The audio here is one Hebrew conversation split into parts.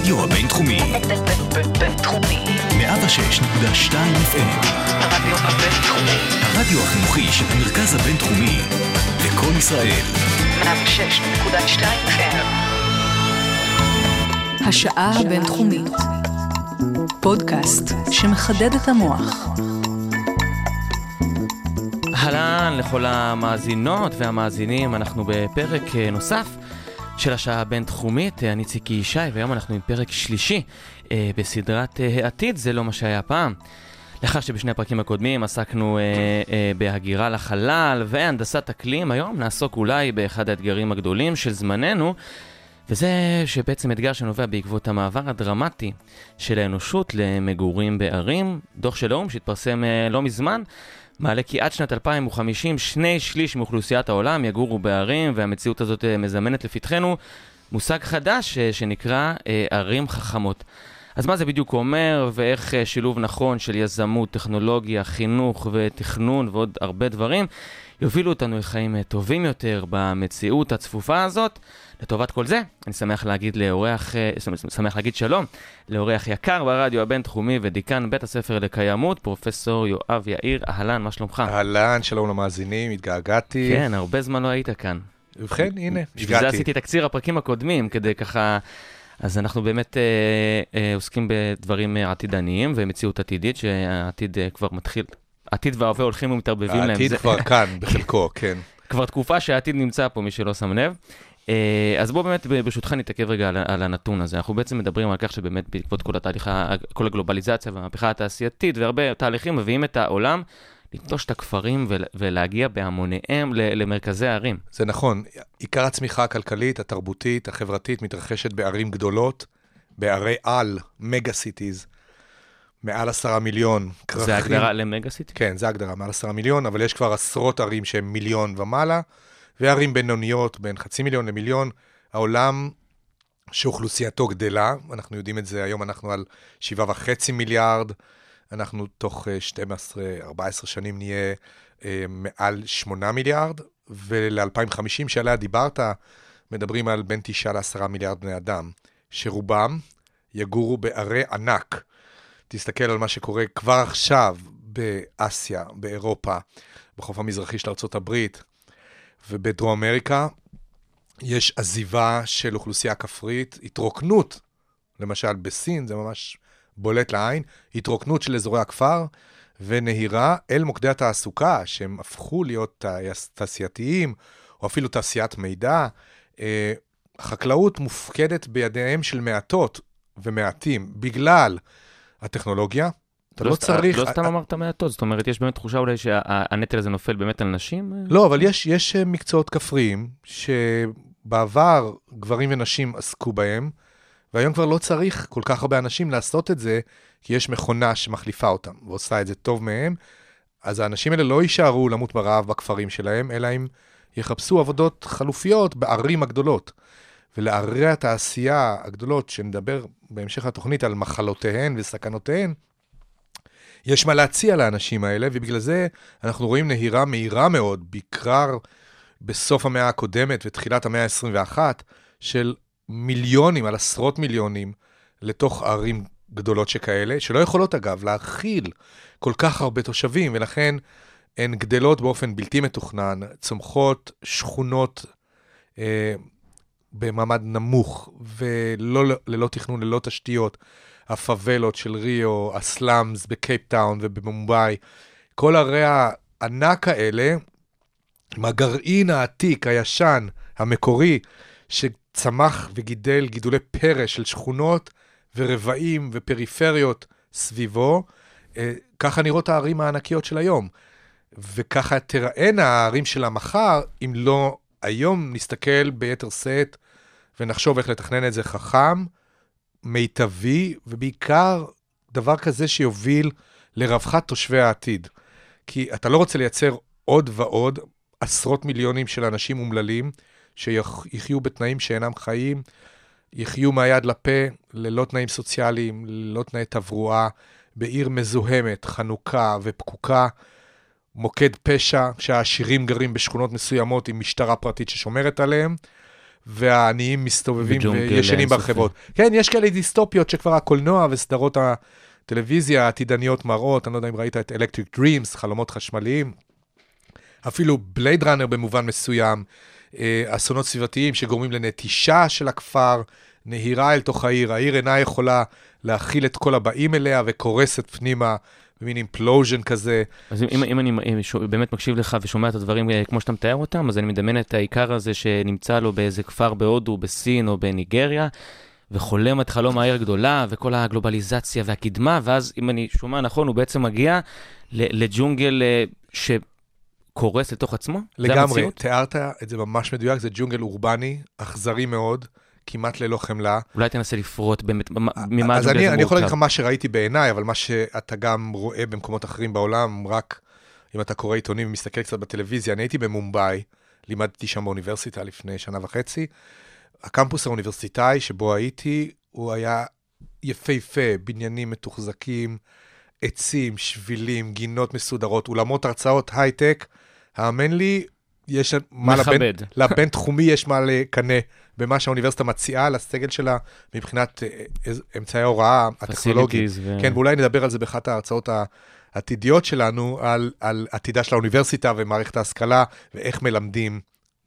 הרדיו הבינתחומי. בינתחומי. 106.2 FM. הרדיו הבינתחומי. הרדיו החינוכי של המרכז הבינתחומי. לקול ישראל. 106.2 FM. השעה הבינתחומית. פודקאסט שמחדד את המוח. אהלן לכל המאזינות והמאזינים, אנחנו בפרק נוסף של השעה הבינתחומית. אני ציקי ישי, והיום אנחנו עם פרק שלישי בסדרת העתיד, זה לא מה שהיה פעם. לאחר שבשני הפרקים הקודמים עסקנו בהגירה לחלל והנדסת אקלים, היום נעסוק אולי באחד האתגרים הגדולים של זמננו, וזה שבעצם אתגר שנובע בעקבות המעבר הדרמטי של האנושות למגורים בערים. דוח של האו"ם שהתפרסם לא מזמן מעלה כי עד שנת 2050 2/3 מאוכלוסיית העולם יגורו בערים, והמציאות הזאת מזמנת לפתחנו מושג חדש שנקרא ערים חכמות. אז מה זה בדיוק אומר, ואיך שילוב נכון של יזמות, טכנולוגיה, חינוך ותכנון ועוד הרבה דברים יובילו אותנו לחיים טובים יותר במציאות הצפופה הזאת. לטובת כל זה, אני שמח להגיד שלום לאורח יקר ברדיו הבינתחומי ודיקן בית הספר לקיימות, פרופסור יואב יאיר. אהלן, מה שלומך? אהלן, שלום למאזינים, התגעגעתי. כן, הרבה זמן לא היית כאן. ובכן, הנה, בשביל זה עשיתי תקציר הפרקים הקודמים, כדי ככה, אז אנחנו באמת עוסקים בדברים עתידניים ומציאות עתידית, שהעתיד כבר מתחיל, העתיד וההווה הולכים ומתערבבים להם. העתיד כבר כאן, בחלקו, כן. כבר תקופה שהעתיד נמצא פה, מי שלא שם לב. אז בוא באמת ברשותך נתעכב רגע על הנתון הזה. אנחנו בעצם מדברים על כך שבאמת בעקבות כל הגלובליזציה והמהפכה התעשייתית והרבה תהליכים מביאים את העולם לנטוש את הכפרים ולהגיע בהמוניהם למרכזי הערים. זה נכון. עיקר הצמיחה הכלכלית, התרבותית, החברתית מתרחשת בערים גדולות, בערי על, מגה סיטיז, מעל 10 מיליון. זה הגדרה למגה סיטי? כן, זה הגדרה, מעל 10 מיליון, אבל יש כבר עשרות ערים שהן מיליון ומעלה, וערים בינוניות, בין 500,000 למיליון. העולם שאוכלוסייתו גדלה, אנחנו יודעים את זה, היום אנחנו על 7.5 מיליארד, אנחנו תוך 12-14 שנים נהיה מעל 8 מיליארד, ול-2050 שעליה דיברת, מדברים על בין 9 ל-10 מיליארד בני אדם, שרובם יגורו בערי ענק. תסתכל על מה שקורה כבר עכשיו באסיה, באירופה, בחוף המזרחי של ארצות הברית, ובדרום אמריקה יש עזיבה של אוכלוסייה כפרית, התרוקנות, למשל בסין, זה ממש בולט לעין, התרוקנות של אזורי הכפר, ונהירה אל מוקדי התעסוקה, שהם הפכו להיות תעשייתיים, או אפילו תעשיית מידע. החקלאות מופקדת בידיהם של מעטות ומעטים, בגלל הטכנולוגיה. לא סתם אמרת מעטות, זאת אומרת, יש באמת תחושה אולי שהנטל הזה נופל באמת על נשים? לא, אבל יש מקצועות כפריים שבעבר גברים ונשים עסקו בהם, והיום כבר לא צריך כל כך הרבה אנשים לעשות את זה, כי יש מכונה שמחליפה אותם, ועושה את זה טוב מהם. אז האנשים האלה לא יישארו למות ברעב בכפרים שלהם, אלא הם יחפשו עבודות חלופיות בערים הגדולות. ולערי התעשייה הגדולות, שנדבר בהמשך התוכנית על מחלותיהן וסכנותיהן, יש מה להציע לאנשים האלה, ובגלל זה אנחנו רואים נהירה מהירה מאוד, בעיקר בסוף המאה הקודמת ותחילת המאה ה-21, של מיליונים, על עשרות מיליונים, לתוך ערים גדולות שכאלה, שלא יכולות אגב להכיל כל כך הרבה תושבים, ולכן הן גדלות באופן בלתי מתוכנן, צומחות שכונות במעמד נמוך, וללא תכנון, ללא תשתיות, הפאבלות של ריו, הסלאמס בקייפטאון ובמומביי, כל ערי הענק האלה, עם הגרעין העתיק, הישן, המקורי, שצמח וגידל גידולי פרא של שכונות ורבעים ופריפריות סביבו, ככה נראות הערים הענקיות של היום. וככה תראינה הערים של המחר, אם לא היום נסתכל ביתר סט ונחשוב איך לתכנן את זה חכם, מיטבי, ובעיקר דבר כזה שיוביל לרווחת תושבי העתיד. כי אתה לא רוצה לייצר עוד ועוד עשרות מיליונים של אנשים אומללים, שיחיו בתנאים שאינם חיים, יחיו מהיד לפה, ללא תנאים סוציאליים, ללא תנאי תברואה, בעיר מזוהמת, חנוכה ופקוקה, מוקד פשע, שהעשירים גרים בשכונות מסוימות עם משטרה פרטית ששומרת עליהם, והעניים מסתובבים וישנים אינסופי. ברחבות. כן, יש כאלה דיסטופיות שכבר הקולנוע וסדרות הטלוויזיה העתידניות מראות, אני לא יודע אם ראית את Electric Dreams, חלומות חשמליים, אפילו בלייד ראנר במובן מסוים, אסונות סביבתיים שגורמים לנטישה של הכפר, נהירה אל תוך העיר, העיר אינה יכולה להכיל את כל הבאים אליה וקורסת פנימה, במין אימפלוז'ן כזה. אז אם אני באמת מקשיב לך ושומע את הדברים כמו שאתה מתאר אותם, אז אני מדמיין את העיקר הזה שנמצא לו באיזה כפר בהודו, בסין או בניגריה, וחולם את חלום העיר הגדולה, וכל הגלובליזציה והקדמה, ואז אם אני שומע נכון, הוא בעצם מגיע לג'ונגל שקורס לתוך עצמו? לגמרי, תיארת את זה ממש מדויק, זה ג'ונגל אורבני, אכזרי מאוד, כמעט ללא חמלה. אולי תנסה לפרוט באמת ממה אז הג'ונגל הזה מורכב. אני יכול להגיד לך מה שראיתי בעיניי, אבל מה שאתה גם רואה במקומות אחרים בעולם, רק אם אתה קורא עיתונים ומסתכל קצת בטלוויזיה, אני הייתי במומבאי, לימדתי שם באוניברסיטה לפני 1.5 שנה, הקמפוס האוניברסיטאי שבו הייתי, הוא היה יפהפה, בניינים מתוחזקים, עצים, שבילים, גינות מסודרות, אולמות הרצאות הייטק, האמן לי, יש מה לבן תחומי יש מה לקנה במה שהאוניברסיטה מציעה לסגל שלה מבחינת אמצעי ההוראה הטכנולוגית. כן, ואולי נדבר על זה באחת ההרצאות העתידיות שלנו, על עתידה של האוניברסיטה ומערכת ההשכלה ואיך מלמדים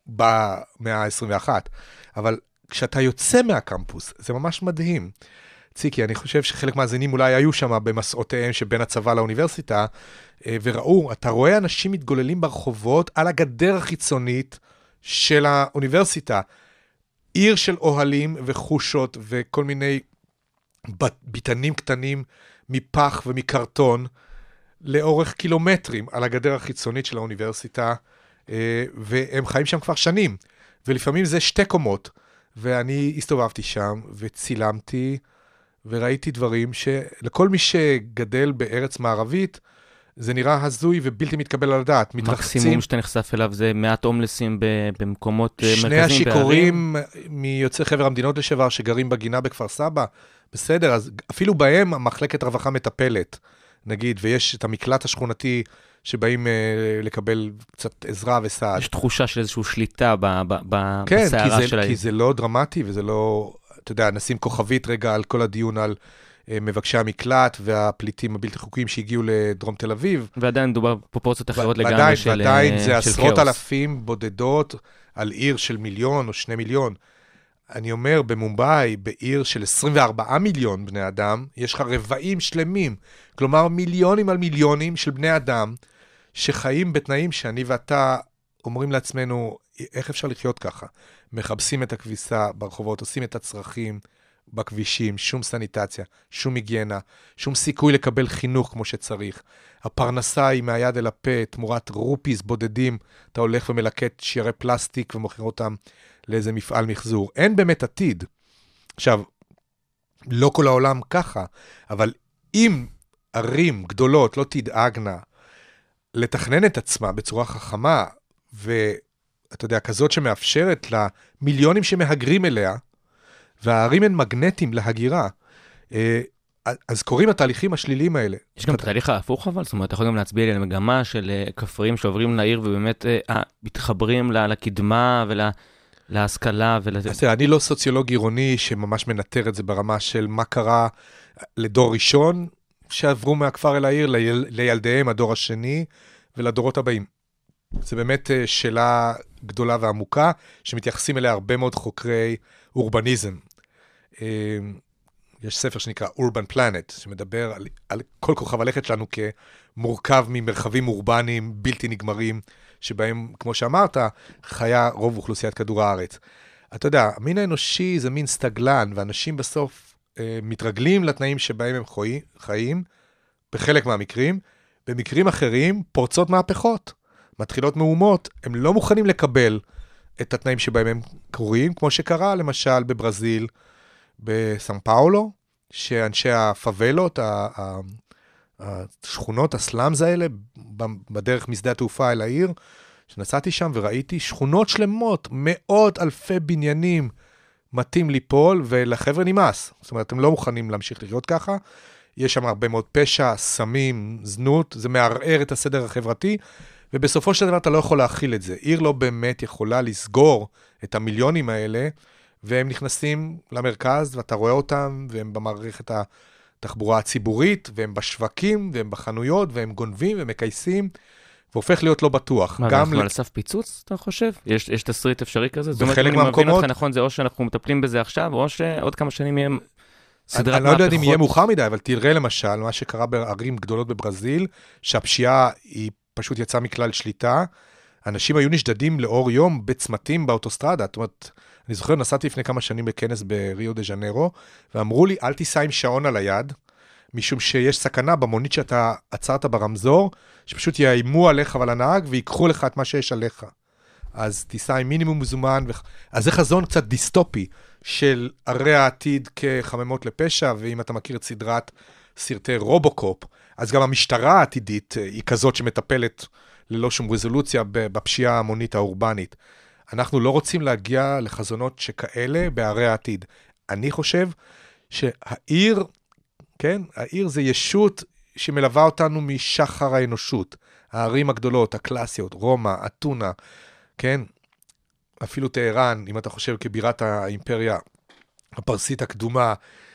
במאה ה-21. אבל כשאתה יוצא מהקמפוס, זה ממש מדהים. ציקי, אני חושב שחלק מהזינים אולי היו שם במסעותיהם שבין הצבא לאוניברסיטה, וראו, אתה רואה אנשים מתגוללים ברחובות על הגדר החיצונית של האוניברסיטה. עיר של אוהלים וחושות וכל מיני ביטנים קטנים מפח ומקרטון, לאורך קילומטרים על הגדר החיצונית של האוניברסיטה, והם חיים שם כבר שנים, ולפעמים זה 2 קומות, ואני הסתובבתי שם וצילמתי, וראיתי דברים שלכל מי שגדל בארץ מערבית, זה נראה הזוי ובלתי מתקבל על הדעת. מקסימום שאתה נחשף אליו זה מעט הומלסים במקומות מרכזיים. 2 השיכורים מיוצאי חבר המדינות לשעבר שגרים בגינה בכפר סבא, בסדר, אז אפילו בהם המחלקת רווחה מטפלת, נגיד, ויש את המקלט השכונתי שבאים לקבל קצת עזרה וסעד. יש תחושה של איזושהי שליטה בסערה שלהם. כן, כי זה לא דרמטי וזה לא, אתה יודע, נשים כוכבית רגע על כל הדיון על מבקשי המקלט והפליטים הבלתי חוקיים שהגיעו לדרום תל אביב. ועדיין דובר פרופורציות אחרות לגמרי של כאוס. ועדיין זה עשרות אלפים בודדות על עיר של 1 מיליון או 2 מיליון. אני אומר, במומבאי, בעיר של 24 מיליון בני אדם, יש לך רבעים שלמים, כלומר מיליונים על מיליונים של בני אדם, שחיים בתנאים שאני ואתה אומרים לעצמנו, איך אפשר לחיות ככה? מחבסים את הכביסה ברחובות, עושים את הצרכים בכבישים, שום סניטציה, שום היגיינה, שום סיכוי לקבל חינוך כמו שצריך. הפרנסה היא מהיד אל הפה, תמורת רופיס בודדים, אתה הולך ומלקט שיירי פלסטיק ומוכר אותם לאיזה מפעל מחזור. אין באמת עתיד. עכשיו, לא כל העולם ככה, אבל אם ערים גדולות לא תדאגנה לתכנן את עצמה בצורה חכמה, ואתה יודע, כזאת שמאפשרת למיליונים שמהגרים אליה, והערים הן מגנטים להגירה, אז קוראים התהליכים השליליים האלה. יש גם תהליך ההפוך אבל, זאת אומרת, אתה יכול גם להצביע לי על מגמה של כפרים שעוברים לעיר, ובאמת מתחברים לקדמה להשכלה. אז אני לא סוציולוג עירוני שממש מנטר את זה ברמה של מה קרה לדור ראשון, שעברו מהכפר אל העיר, לילדיהם, הדור השני, ולדורות הבאים. זה באמת שאלה גדולה ועמוקה, שמתייחסים אליה הרבה מאוד חוקרי אורבניזם. יש ספר שנקרא Urban Planet, שמדבר על כל כוכב הלכת שלנו כמורכב ממרחבים אורבניים בלתי נגמרים, שבהם, כמו שאמרת, חיה רוב אוכלוסיית כדור הארץ. אתה יודע, המין האנושי זה מין סטגלן, ואנשים בסוף מתרגלים לתנאים שבהם הם חיים, בחלק מהמקרים, במקרים אחרים פורצות מהפכות, מתחילות מהומות, הם לא מוכנים לקבל את התנאים שבהם הם קורים, כמו שקרה למשל בברזיל, בסן פאולו, שאנשי הפאבלות, השכונות, הסלאמס האלה, בדרך משדה התעופה אל העיר, שנסעתי שם וראיתי שכונות שלמות, 100,000 בניינים מתים ליפול, ולחבר'ה נמאס. זאת אומרת, הם לא מוכנים להמשיך לחיות ככה. יש שם הרבה מאוד פשע, סמים, זנות, זה מערער את הסדר החברתי, ובסופו של דבר אתה לא יכול להכיל את זה. עיר לא באמת יכולה לסגור את המיליונים האלה, והם נכנסים למרכז, ואתה רואה אותם, והם במערכת התחבורה הציבורית, והם בשווקים, והם בחנויות, והם גונבים ומקייסים, והופך להיות לא בטוח. מה, אנחנו על סף פיצוץ, אתה חושב? יש תסריט אפשרי כזה? בחלק מהמקומות... נכון, זה או שאנחנו מטפלים בזה עכשיו, או שעוד כמה שנים יהיה סדרת מהפכות. אני לא יודע אם יהיה מאוחר מדי, אבל תראה למשל, מה שקרה בערים גדולות בברזיל, שהפשיעה היא פשוט יצאה מכלל שליטה, אנשים היו נשדדים לאור יום בצמתים באוטוסטרדה, זאת אומרת, אני זוכר, נסעתי לפני כמה שנים בכנס בריו דה ז'נרו, ואמרו לי, אל תיסע עם שעון על היד, משום שיש סכנה במונית שאתה עצרת ברמזור, שפשוט יאיימו עליך ועל הנהג, ויקחו לך את מה שיש עליך. אז תיסע עם מינימום מזומן, אז זה חזון קצת דיסטופי, של ערי העתיד כחממות לפשע, ואם אתה מכיר את סדרת סרטי רובוקופ, אז גם המשטרה העתידית היא כזאת שמטפלת ללא שום רזולוציה בפשיעה המונית האורבנית. אנחנו לא רוצים להגיע לחזונות שכאלה בערי העתיד. אני חושב שהעיר, כן, העיר זה ישות שמלווה אותנו משחר האנושות. הערים הגדולות, הקלאסיות, רומא, אתונה, כן, אפילו טהרן, אם אתה חושב כבירת האימפריה הפרסית הקדומה,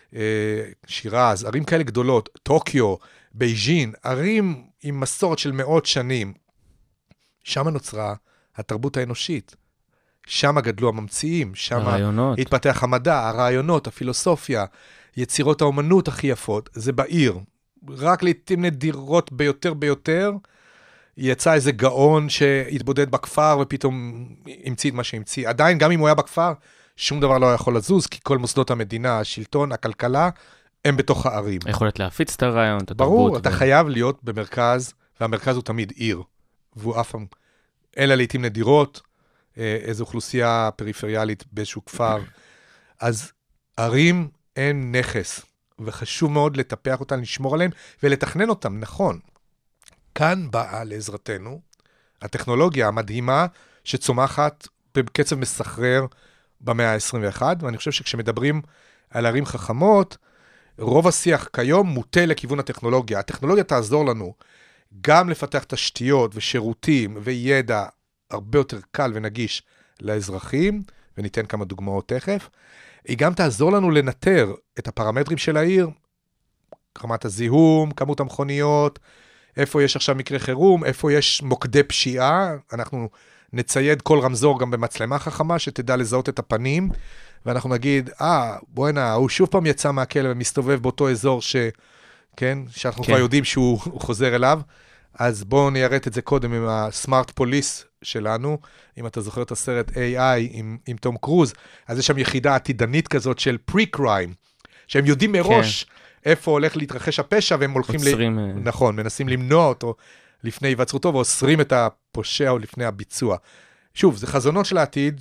שירז, ערים כאלה גדולות, טוקיו, בייג'ין, ערים עם מסורת של מאות שנים, שם נוצרה התרבות האנושית. שם גדלו הממציאים, שם התפתח המדע, הרעיונות, הפילוסופיה, יצירות האומנות הכי יפות, זה בעיר. רק לעתים נדירות ביותר, יצא איזה גאון שהתבודד בכפר ופתאום המציא את מה שהמציא. עדיין, גם אם הוא היה בכפר, שום דבר לא יכול לזוז, כי כל מוסדות המדינה, השלטון, הכלכלה, הם בתוך הערים. יכולת להפיץ את הרעיון, את התרבות. ברור, אתה חייב להיות במרכז, והמרכז הוא תמיד עיר. והוא אף פעם, אלא לעתים נדירות, איזו אוכלוסייה פריפריאלית באיזשהו כפר. אז ערים הן נכס, וחשוב מאוד לטפח אותן, לשמור עליהן, ולתכנן אותן, נכון. כאן באה לעזרתנו הטכנולוגיה המדהימה שצומחת בקצב מסחרר במאה ה-21, ואני חושב שכשמדברים על ערים חכמות, רוב השיח כיום מוטה לכיוון הטכנולוגיה. הטכנולוגיה תעזור לנו גם לפתח תשתיות ושירותים וידע הרבה יותר קל ונגיש לאזרחים, וניתן כמה דוגמאות תכף. היא גם תעזור לנו לנטר את הפרמטרים של העיר, רמת הזיהום, כמות המכוניות, איפה יש עכשיו מקרה חירום, איפה יש מוקדי פשיעה, אנחנו נצייד כל רמזור גם במצלמה חכמה, שתדע לזהות את הפנים, ואנחנו נגיד, בואנה, הוא שוב פעם יצא מהכלא ומסתובב באותו אזור כן, שאנחנו כבר יודעים שהוא חוזר אליו, אז בואו ניירט את זה קודם עם הסמארט פוליס שלנו, אם אתה זוכר את הסרט AI עם תום קרוז, אז יש שם יחידה עתידנית כזאת של פרי-קריים, שהם יודעים מראש איפה הולך להתרחש הפשע, והם הולכים נכון, מנסים למנוע אותו לפני היווצרותו, ואוסרים את הפושע או לפני הביצוע. שוב, זה חזונות של העתיד,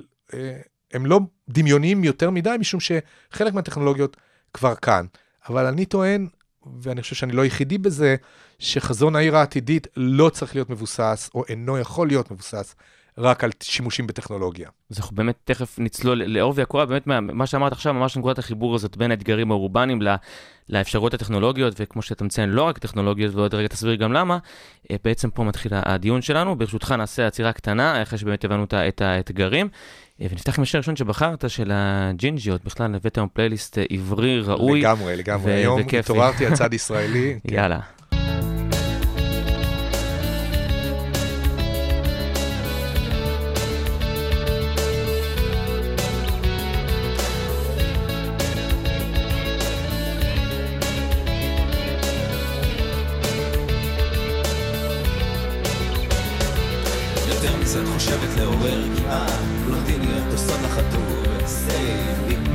הם לא דמיוניים יותר מדי, משום שחלק מהטכנולוגיות כבר כאן. אבל אני טוען, ואני חושב שאני לא יחידי בזה, שחזון העיר העתידית לא צריך להיות מבוסס, או אינו יכול להיות מבוסס, רק על שימושים בטכנולוגיה. אז אנחנו באמת תכף נצלול לעובי הקורה, באמת מה שאמרת עכשיו, ממש נקודת החיבור הזאת בין האתגרים האורבניים לאפשרויות הטכנולוגיות, וכמו שאתה מציין, לא רק טכנולוגיות, ועוד רגע תסביר גם למה, בעצם פה מתחיל הדיון שלנו, ברשותך נעשה עצירה קטנה, אחרי שבאמת הבנו את האתגרים, ונפתח עם השיר הראשון שבחרת של הג'ינג'יות, בכלל הבאת היום פלייליסט עברי, ראוי, לגמרי, היום התעוררתי הצד ישראלי. יאללה. את חושבת לעורר גיאה, בלונדיניות עושות לך טוב, say beat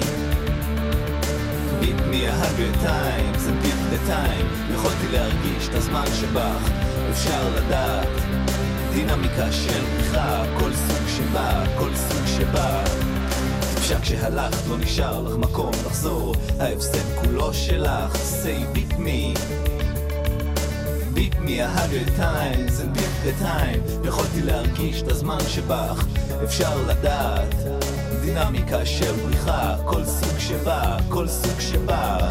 me 100 times and beat the time. יכולתי להרגיש את הזמן שבך, אפשר לדעת דינמיקה של בריחה, כל סוג שבא, כל סוג שבא. אפשר כשהלכת לא נשאר לך מקום לחזור, ההפסד כולו שלך, say beat me 100 times and beat the time. יכולתי להרגיש את הזמן שבך, אפשר לדעת דינמיקה של בריחה, כל סוג שבא, כל סוג שבא.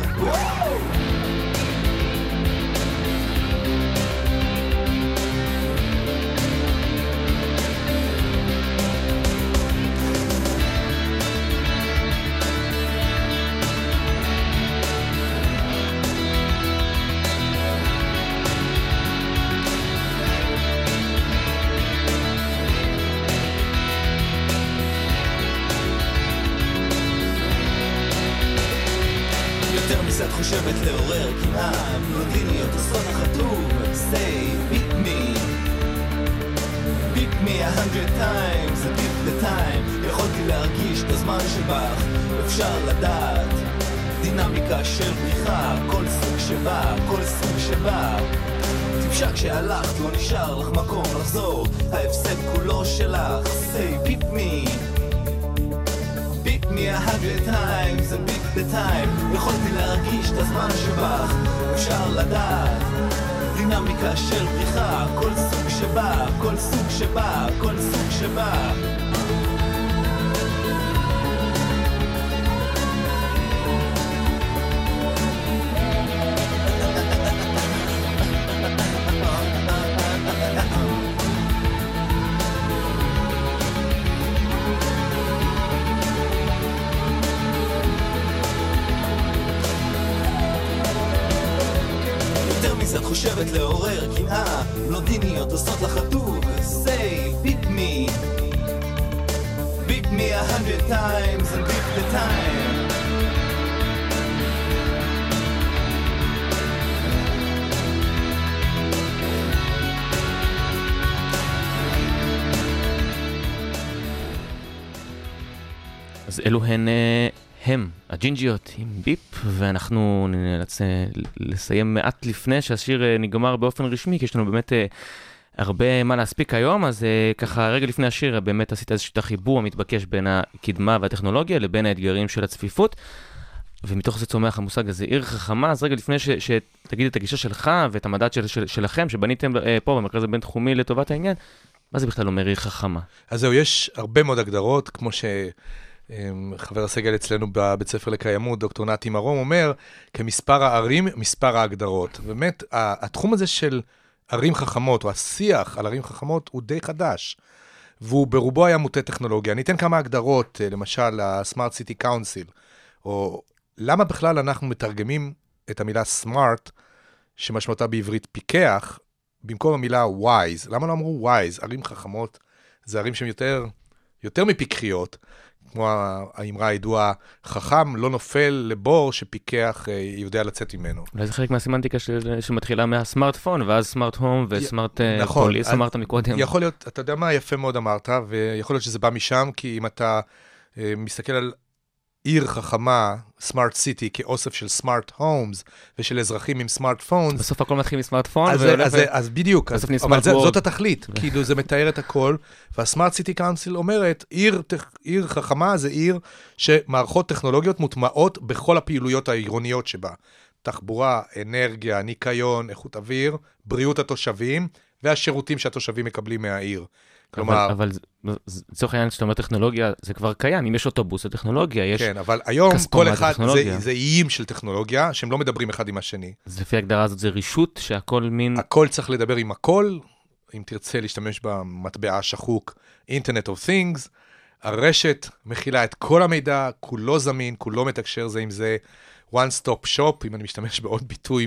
חושבת לעורר קנאה, בלונדיניות עושות החטוב, say beat me beat me 100 times and beat the time. יכולתי להרגיש את הזמן שבך, אפשר לדעת דינמיקה של בריחה, כל סוג שבא, כל סוג שבא. טיפשה כשהלכת, לא נשאר לך מקום לחזור, ההפסד כולו שלך, say beat me beat me 100 times and beat the time. יכולתי להרגיש את הזמן שבך, אפשר לדעת דינמיקה של בריחה, כל סוג שבא, כל סוג שבא, כל סוג שבא. את חושבת לעורר קנאה, בלונדיניות עושות לך חטוב, say beat me beat me 100 times and beat the time. אז אלו הן הם, הג'ינג'יות עם ביפ, ואנחנו נאלץ לסיים מעט לפני שהשיר נגמר באופן רשמי, כי יש לנו באמת הרבה מה להספיק היום, אז ככה רגע לפני השיר באמת עשית איזשהו חיבור המתבקש בין הקדמה והטכנולוגיה לבין האתגרים של הצפיפות, ומתוך זה צומח המושג הזה, עיר חכמה. אז רגע לפני שתגיד את הגישה שלך ואת המדד שלכם, שבניתם פה במרכז הבינתחומי לטובת העניין, מה זה בכלל אומר עיר חכמה? אז זהו, יש הרבה מאוד הגדרות, כמו חבר הסגל אצלנו בבית ספר לקיימות, דוקטור נתי מרום, אומר, כמספר הערים, מספר ההגדרות. באמת, התחום הזה של ערים חכמות, או השיח על ערים חכמות, הוא די חדש. והוא ברובו היה מוטה טכנולוגיה. אני אתן כמה הגדרות, למשל, ה-Smart City Council, או למה בכלל אנחנו מתרגמים את המילה smart, שמשמעותה בעברית פיקח, במקום המילה wise. למה לא אמרו wise? ערים חכמות, זה ערים שהן יותר מפיקחיות, כמו האמרה הידועה, חכם לא נופל לבור שפיקח יודע לצאת ממנו. אולי זה חלק מהסימנטיקה שמתחילה מהסמארטפון, ואז סמארט הום וסמארט פוליס, אמרת מקודם. יכול להיות, אתה יודע מה יפה מאוד אמרת, ויכול להיות שזה בא משם, כי אם אתה מסתכל על עיר חכמה, סמארט סיטי, כאוסף של סמארט הומס, ושל אזרחים עם סמארטפונס. בסוף הכל מתחיל מסמארטפון. אז בדיוק, אבל זאת התכלית, כאילו זה מתאר את הכל, והסמארט סיטי קאונסל אומרת, עיר חכמה זה עיר שמערכות טכנולוגיות מוטמעות בכל הפעילויות העירוניות שבה. תחבורה, אנרגיה, ניקיון, איכות אוויר, בריאות התושבים, והשירותים שהתושבים מקבלים מהעיר. אבל לצורך העניין שאתה אומר טכנולוגיה, זה כבר קיים. אם יש אוטובוס, זה טכנולוגיה, יש... כן, אבל היום כל אחד זה איים של טכנולוגיה, שהם לא מדברים אחד עם השני. אז לפי ההגדרה הזאת זה רישות, שהכל מין... הכל צריך לדבר עם הכל, אם תרצה להשתמש במטבע השחוק, Internet of Things, הרשת מכילה את כל המידע, כולו זמין, כולו מתקשר זה עם זה, one stop shop, אם אני משתמש בעוד ביטוי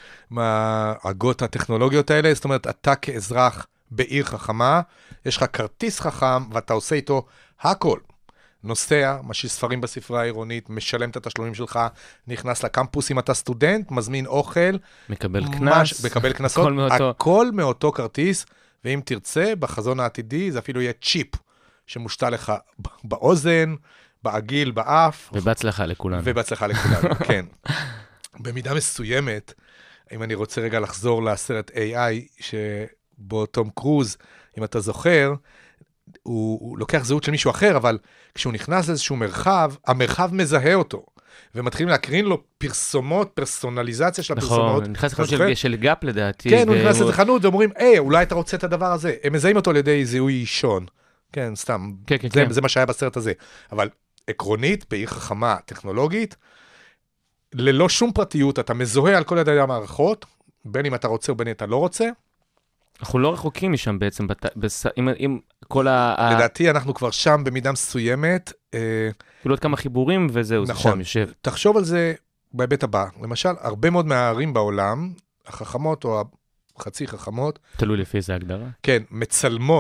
מהעגות הטכנולוגיות האלה, זאת אומרת, אתה כאזרח בעיר חכמה, יש לך כרטיס חכם, ואתה עושה איתו הכל. נוסע, משאיר ספרים בספרה העירונית, משלם את התשלומים שלך, נכנס לקמפוס אם אתה סטודנט, מזמין אוכל, מקבל כנס, מקבל כנסות, הכל מאותו כרטיס, ואם תרצה, בחזון העתידי, זה אפילו יהיה צ'יפ, שמושתל לך באוזן, בעגיל, באף. ובהצלחה לכולנו. ובהצלחה לכולנו, כן. במידה מסוימת, אם אני רוצה רגע לחזור לסרט AI, שבו תום קרוז, אם אתה זוכר, הוא לוקח זהות של מישהו אחר, אבל כשהוא נכנס לאיזשהו מרחב, המרחב מזהה אותו, ומתחילים להקרין לו פרסומות, פרסונליזציה של הפרסומות. נכון, נכנס לחנות של גאפ לדעתי. כן, הוא נכנס לחנות ואומרים, אולי אתה רוצה את הדבר הזה. הם מזהים אותו על ידי זיהוי אישון. כן, סתם. זה מה שהיה בסרט הזה. אבל עקרונית, בעיר חכמה טכנולוגית, ללא שום פרטיות, אתה מזוהה על כל ידי המערכות, בין אם אתה רוצה ובין אם אתה לא רוצה. אנחנו לא רחוקים משם בעצם, עם כל לדעתי אנחנו כבר שם במידה מסוימת. כאילו עוד כמה חיבורים וזהו, זה שם יושב. תחשוב על זה בהיבט הבא. למשל, הרבה מאוד מהערים בעולם, החכמות או החצי חכמות, תלוי לפי איזה הגדרה. כן, מצלמות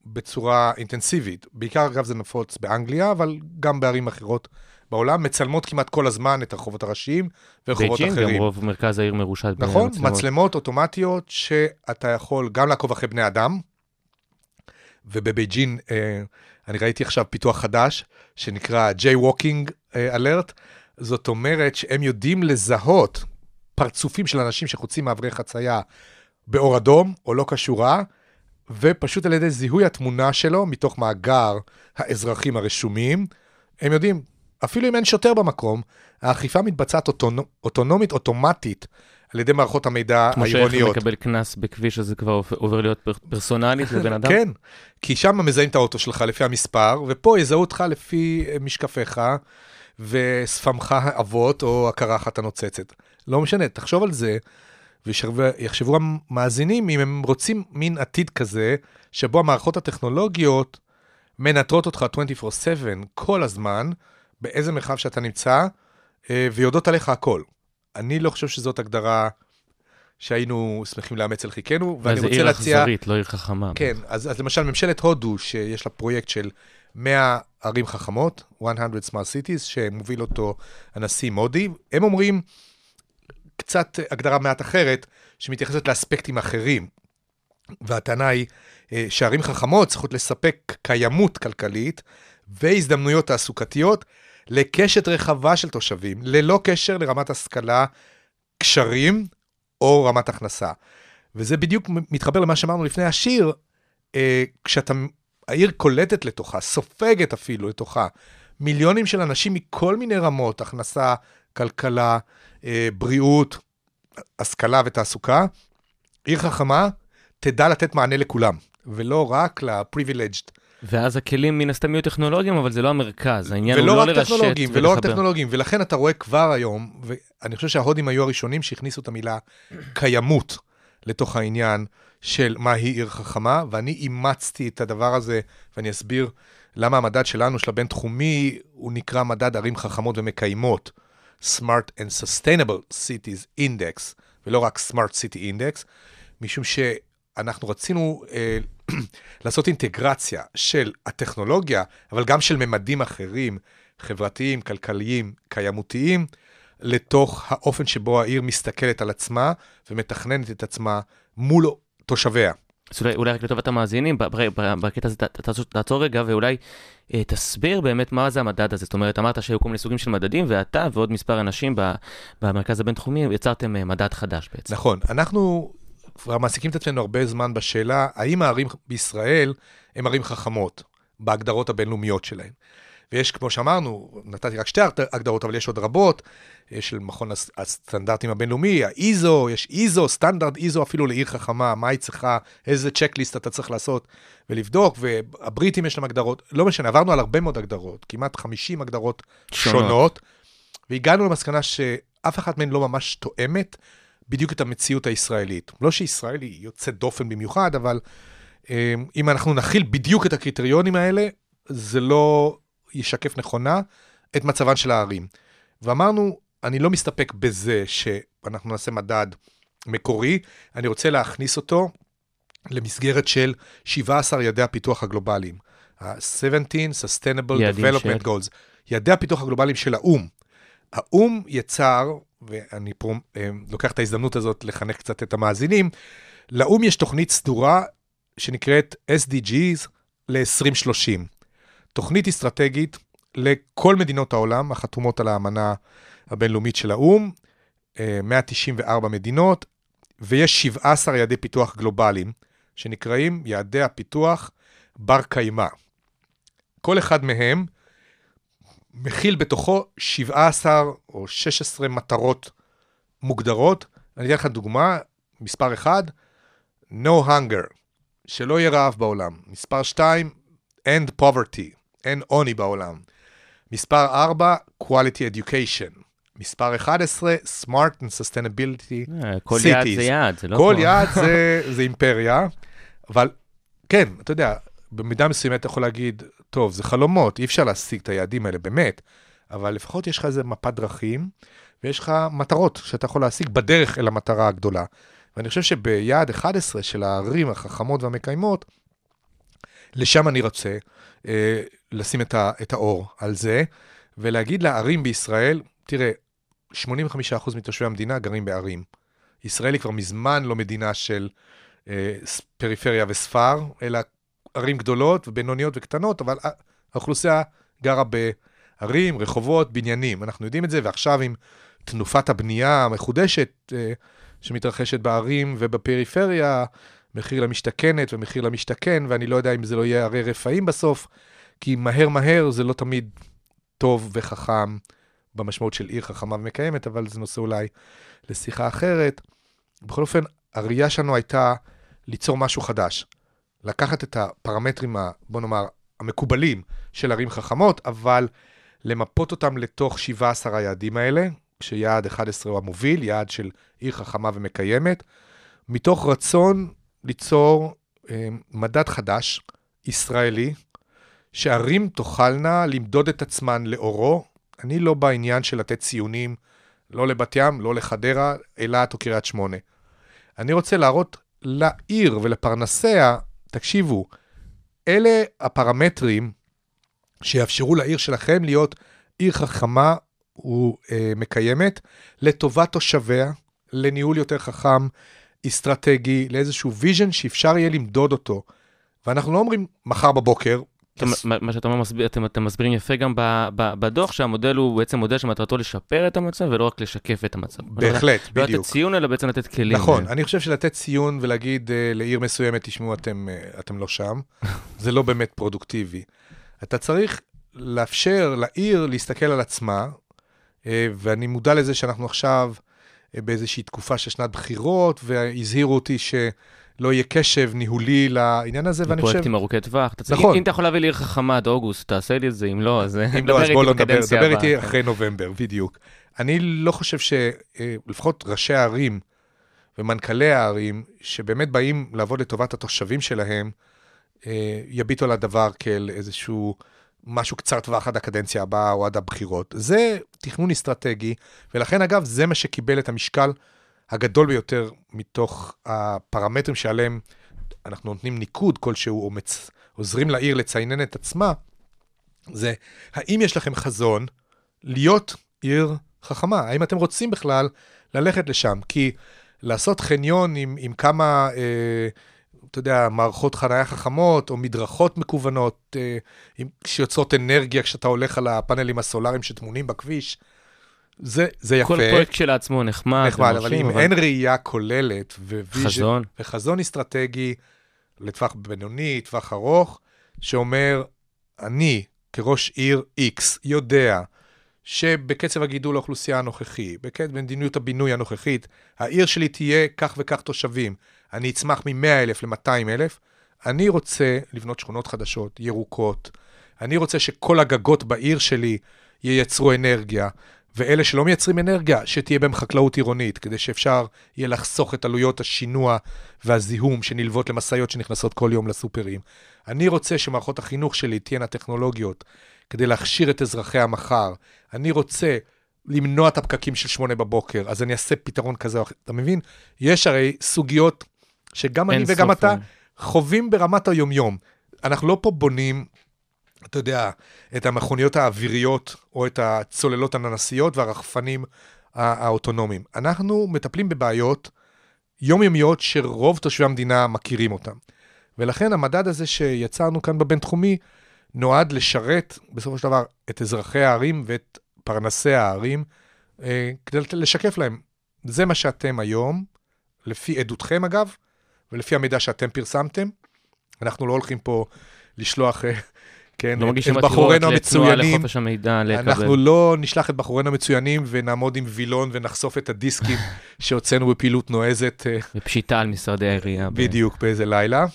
בצורה אינטנסיבית. בעיקר, אגב, זה נפוץ באנגליה, אבל גם בערים אחרות בעולם, מצלמות כמעט כל הזמן את הרחובות הראשיים ורחובות אחרים. בייג'ינג, גם רוב מרכז העיר מרושת נכון, במצלמות. מצלמות אוטומטיות שאתה יכול גם לעקוב אחרי בני אדם, ובבייג'ין אני ראיתי עכשיו פיתוח חדש, שנקרא Jaywalking Alert, זאת אומרת שהם יודעים לזהות פרצופים של אנשים שחוצים מעברי חצייה באור אדום או לא קשורה, ופשוט על ידי זיהוי התמונה שלו מתוך מאגר האזרחים הרשומים, הם יודעים, אפילו אם אין שוטר במקום, האכיפה מתבצעת אוטונומית, אוטומטית, על ידי מערכות המידע העירוניות. כמו שאיך מקבל כנס בכביש, אז זה כבר עובר להיות פרסונלית לבן אדם? כן, כי שם מזהים את האוטו שלך לפי המספר, ופה יזהו אותך לפי משקפיך, ושפמך האבות, או הקרחת הנוצצת. לא משנה, תחשוב על זה, ויחשבו המאזינים, אם הם רוצים מין עתיד כזה, שבו המערכות הטכנולוגיות מנטרות אותך 24/7 כל הזמן, באיזה מרחב שאתה נמצא, ויודעות עליך הכל. אני לא חושב שזאת הגדרה שהיינו שמחים לאמץ על חיקנו, ואני רוצה להציע... זה עיר אכזרית, לא עיר חכמה. כן, אז למשל ממשלת הודו, שיש לה פרויקט של 100 ערים חכמות, 100 smart cities, שמוביל אותו הנשיא מודי, הם אומרים קצת הגדרה מעט אחרת, שמתייחסת לאספקטים אחרים, והטענה היא שערים חכמות צריכות לספק קיימות כלכלית, והזדמנויות תעסוקתיות, לקשת רחבה של תושבים, ללא קשר לרמת השכלה, קשרים או רמת הכנסה. וזה בדיוק מתחבר למה שאמרנו לפני השיר, העיר קולטת לתוכה, סופגת אפילו לתוכה, מיליונים של אנשים מכל מיני רמות, הכנסה, כלכלה, בריאות, השכלה ותעסוקה, עיר חכמה תדע לתת מענה לכולם, ולא רק ל-privileged. ואז הכלים מן הסתם יהיו טכנולוגיים, אבל זה לא המרכז, העניין הוא לא לא לרשת ולחבר. ולא רק טכנולוגיים, ולכן אתה רואה כבר היום, ואני חושב שההודים היו הראשונים שהכניסו את המילה קיימות לתוך העניין של מהי עיר חכמה, ואני אימצתי את הדבר הזה, ואני אסביר למה המדד שלנו, של הבינתחומי, הוא נקרא מדד ערים חכמות ומקיימות, Smart and Sustainable Cities Index, ולא רק Smart City Index, משום שאנחנו רצינו לעשות אינטגרציה של הטכנולוגיה, אבל גם של ממדים אחרים, חברתיים, כלכליים, קיימותיים, לתוך האופן שבו העיר מסתכלת על עצמה, ומתכננת את עצמה מול תושביה. אז אולי רק לטובת המאזינים, בקטע הזה תעצור רגע, ואולי תסביר באמת מה זה המדד הזה. זאת אומרת, אמרת שהיו כל מיני סוגים של מדדים, ואתה ועוד מספר אנשים במרכז הבינתחומי יצרתם מדד חדש בעצם. נכון, אנחנו כבר מעסיקים את עצמנו הרבה זמן בשאלה, האם הערים בישראל הם ערים חכמות, בהגדרות הבינלאומיות שלהן. ויש, כמו שאמרנו, נתתי רק 2 הגדרות, אבל יש עוד רבות, יש של מכון הסטנדרטים הבינלאומי, ה-ISO, יש ISO, סטנדרט ISO אפילו לעיר חכמה, מה היא צריכה, איזה צ'קליסט אתה צריך לעשות ולבדוק, והבריטים יש להם הגדרות, לא משנה, עברנו על הרבה מאוד הגדרות, כמעט 50 הגדרות שונות, והגענו למסקנה שאף אחת מהן לא ממש תואמת בדיוק את המציאות הישראלית. לא שישראל היא יוצאת דופן במיוחד, אבל אם אנחנו נכיל בדיוק את הקריטריונים האלה, זה לא ישקף נכונה את מצבן של הערים. ואמרנו, אני לא מסתפק בזה שאנחנו נעשה מדד מקורי, אני רוצה להכניס אותו למסגרת של 17 יעדי הפיתוח הגלובליים. ה-17 Sustainable Development Goals. יעדי הפיתוח הגלובליים של האום. האום יצר, ואני לוקח את ההזדמנות הזאת לחנך קצת את המאזינים, לאום יש תוכנית סדורה שנקראת SDGs ל-2030. תוכנית אסטרטגית לכל מדינות העולם, החתומות על האמנה הבינלאומית של האום, 194 מדינות, ויש 17 יעדי פיתוח גלובליים, שנקראים יעדי הפיתוח בר קיימא. כל אחד מהם מכיל בתוכו 17 או 16 מטרות מוגדרות. אני אתן לך דוגמה, מספר 1, No hunger, שלא יהיה רעב בעולם. מספר 2, End poverty, אין עוני בעולם. מספר 4, Quality education. מספר 11, Smart and Sustainability כל cities. יעד זה יעד, זה לא כל פה. יעד זה אימפריה, אבל כן, אתה יודע, במידה מסוימת אתה יכול להגיד, טוב, זה חלומות, אי אפשר להשיג את היעדים האלה, באמת, אבל לפחות יש לך איזה מפת דרכים, ויש לך מטרות שאתה יכול להשיג בדרך אל המטרה הגדולה. ואני חושב שביעד 11 של הערים החכמות והמקיימות, לשם אני רוצה לשים את האור על זה, ולהגיד לערים בישראל, תראה, 85% מתושבי המדינה גרים בערים. ישראל היא כבר מזמן לא מדינה של פריפריה וספר, אלא ערים גדולות ובינוניות וקטנות, אבל האוכלוסייה גרה בערים, רחובות, בניינים. אנחנו יודעים את זה, ועכשיו עם תנופת הבנייה המחודשת שמתרחשת בערים ובפריפריה, מחיר למשתכנת ומחיר למשתכן, ואני לא יודע אם זה לא יהיה הרי רפאים בסוף, כי מהר זה לא תמיד טוב וחכם במשמעות של עיר חכמה ומקיימת, אבל זה נושא אולי לשיחה אחרת. בכל אופן, הראייה שלנו הייתה ליצור משהו חדש. לקחת את הפרמטרים, בוא נאמר, המקובלים של ערים חכמות, אבל למפות אותם לתוך 17 היעדים האלה, כשיעד 11 הוא המוביל, יעד של עיר חכמה ומקיימת, מתוך רצון ליצור מדד חדש, ישראלי, שערים תוכלנה למדוד את עצמן לאורו. אני לא בעניין של לתת ציונים, לא לבת ים, לא לחדרה, אילת או קריית שמונה. אני רוצה להראות לעיר ולפרנסיה, תקשיבו, אלה הפרמטרים שיאפשרו לעיר שלכם להיות עיר חכמה ומקיימת, לטובת תושביה, לניהול יותר חכם, אסטרטגי, לאיזשהו ויז'ן שאפשר יהיה למדוד אותו. ואנחנו לא אומרים מחר בבוקר. מה שאתה אומר, אתם מסבירים יפה גם בדוח, שהמודל הוא בעצם מודל שמטרתו לשפר את המצב, ולא רק לשקף את המצב. בהחלט, בדיוק. לא לתת ציון, אלא בעצם לתת כלים. נכון, אני חושב שלתת ציון ולהגיד לעיר מסוימת, תשמעו, אתם לא שם, זה לא באמת פרודוקטיבי. אתה צריך לאפשר לעיר להסתכל על עצמה, ואני מודע לזה שאנחנו עכשיו באיזושהי תקופה של שנת בחירות, והזהירו אותי שלא יהיה קשב ניהולי לעניין הזה, ואני חושב... פרויקטים ארוכי טווח. נכון. אם אתה יכול להביא לעיר חכמה עד אוגוסט, תעשה לי את זה, אם לא, אז בוא לא נדבר, דבר איתי אחרי נובמבר, בדיוק. אני לא חושב שלפחות ראשי הערים ומנכ"לי הערים, שבאמת באים לעבוד לטובת התושבים שלהם, יביטו על הדבר כאל איזשהו משהו קצר טווח עד הקדנציה הבאה או עד הבחירות. זה תכנון אסטרטגי, ולכן אגב זה מה שקיבל את המשקל הגדול ביותר מתוך הפרמטרים שעליהם אנחנו נותנים ניקוד כלשהו, או עוזרים לעיר לציינן את עצמה, זה האם יש לכם חזון להיות עיר חכמה? האם אתם רוצים בכלל ללכת לשם? כי לעשות חניון עם כמה... אתה יודע, מערכות חנייה חכמות, או מדרכות מקוונות, שיוצרות אנרגיה כשאתה הולך על הפאנלים הסולריים שתמונים בכביש, זה יפה. כל פרויקט של עצמו נחמד, אבל אם אין ראייה כוללת, וחזון אסטרטגי, לטווח בינוני, טווח ארוך, שאומר, אני כראש עיר X יודע, שבקצב הגידול האוכלוסייה הנוכחי, במדיניות הבינוי הנוכחית, העיר שלי תהיה כך וכך תושבים, אני אצמח מ-100,000 ל-200,000, אני רוצה לבנות שכונות חדשות, ירוקות, אני רוצה שכל הגגות בעיר שלי ייצרו אנרגיה, ואלה שלא מייצרים אנרגיה, שתהיה בהם חקלאות עירונית, כדי שאפשר יהיה לחסוך את עלויות השינוע והזיהום שנלוות למשאיות שנכנסות כל יום לסופרים. אני רוצה שמערכות החינוך שלי תהיינה טכנולוגיות, כדי להכשיר את אזרחי המחר. אני רוצה למנוע את הפקקים של 8 בבוקר, אז אני אעשה פתרון כזה או אחר. אתה מבין? יש הרי סוגיות שגם אני וגם אתה חווים ברמת היומיום. אנחנו לא פה בונים, אתה יודע, את המכוניות האוויריות, או את הצוללות הננסיות והרחפנים האוטונומיים. אנחנו מטפלים בבעיות יומיומיות שרוב תושבי המדינה מכירים אותם. ולכן המדד הזה שיצרנו כאן בבינתחומי, נועד לשרת בסופו של דבר את אזרחי הערים ואת פרנסי הערים, כדי לשקף להם. זה מה שאתם היום, לפי עדותכם אגב, ולפי המידע שאתם פרסמתם. אנחנו לא הולכים פה לשלוח כן, את בחורינו המצוינים. אנחנו לא נשלח את בחורינו המצוינים ונעמוד עם וילון ונחשוף את הדיסקים שהוצאנו בפעילות נועזת. בפשיטה על משרדי העירייה. בדיוק, באיזה לילה.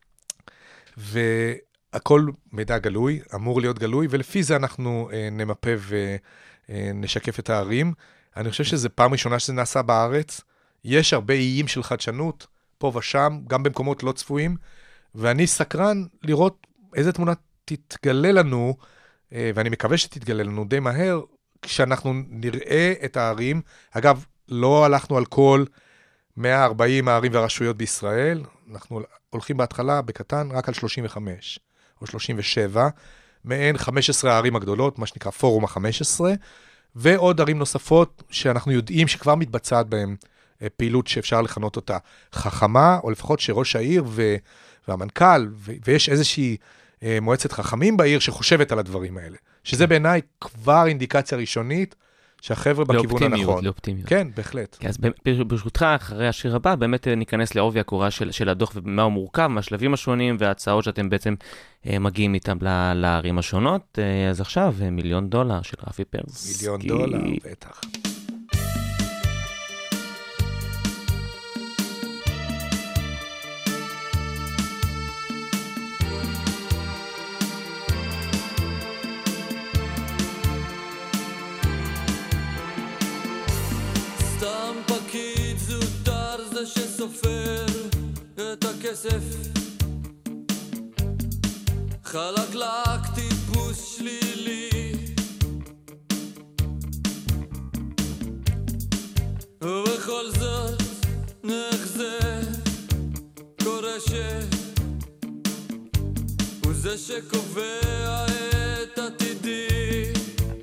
והכל מידע גלוי, אמור להיות גלוי, ולפי זה אנחנו נמפה ונשקף את הערים. אני חושב שזה פעם ראשונה שזה נעשה בארץ. יש הרבה איים של חדשנות, פה ושם, גם במקומות לא צפויים, ואני סקרן לראות איזה תמונה תתגלה לנו, ואני מקווה שתתגלה לנו די מהר, כשאנחנו נראה את הערים. אגב, לא הלכנו על כל 140 הערים והרשויות בישראל, אנחנו הולכים בהתחלה בקטן רק על 35. או 37, מהן 15 הערים הגדולות, מה שנקרא פורום ה-15, ועוד ערים נוספות שאנחנו יודעים שכבר מתבצעת בהן פעילות שאפשר לכנות אותה חכמה, או לפחות שראש העיר והמנכ"ל, ויש איזושהי מועצת חכמים בעיר שחושבת על הדברים האלה. שזה בעיניי כבר אינדיקציה ראשונית שהחבר'ה בכיוון הנכון. לאופטימיות. כן, בהחלט. אז ברשותך, אחרי השיר הבא, באמת ניכנס לעובי הקורה של הדוח ומה הוא מורכב, מהשלבים השונים וההצעות שאתם בעצם מגיעים איתם לערים השונות. אז עכשיו, $1,000,000 של רפי פרסקי. $1,000,000, בטח. שסופר את הכסף חלקלק טיפוס שלילי ובכל זאת נחזה קורא הוא זה שקובע את עתידי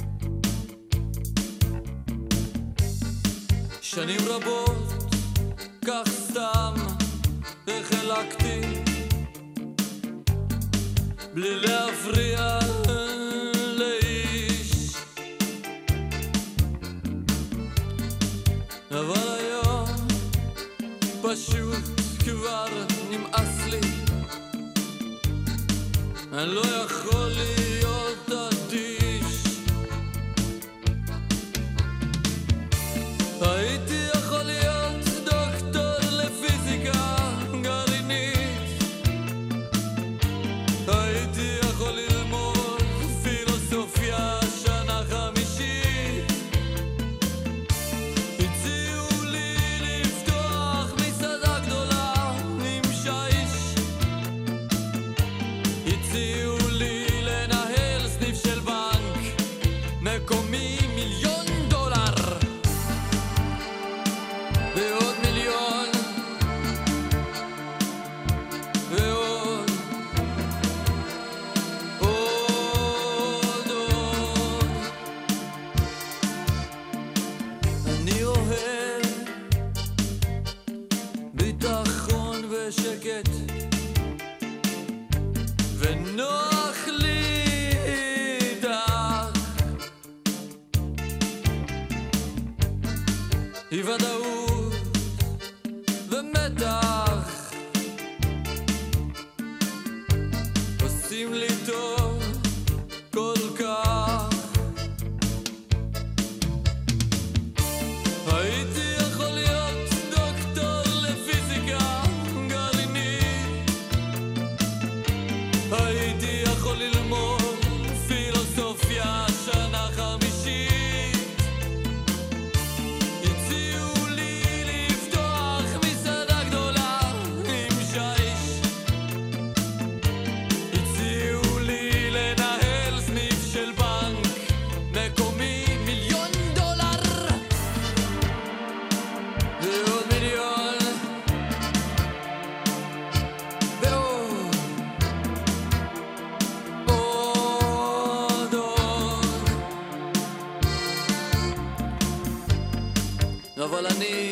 שנים רבות כך סתם החלקתי בלי להפריע לאיש אבל היום פשוט כבר נמאס לי אני לא יכול להיות אדיש הייתי יכול להיות אבל אני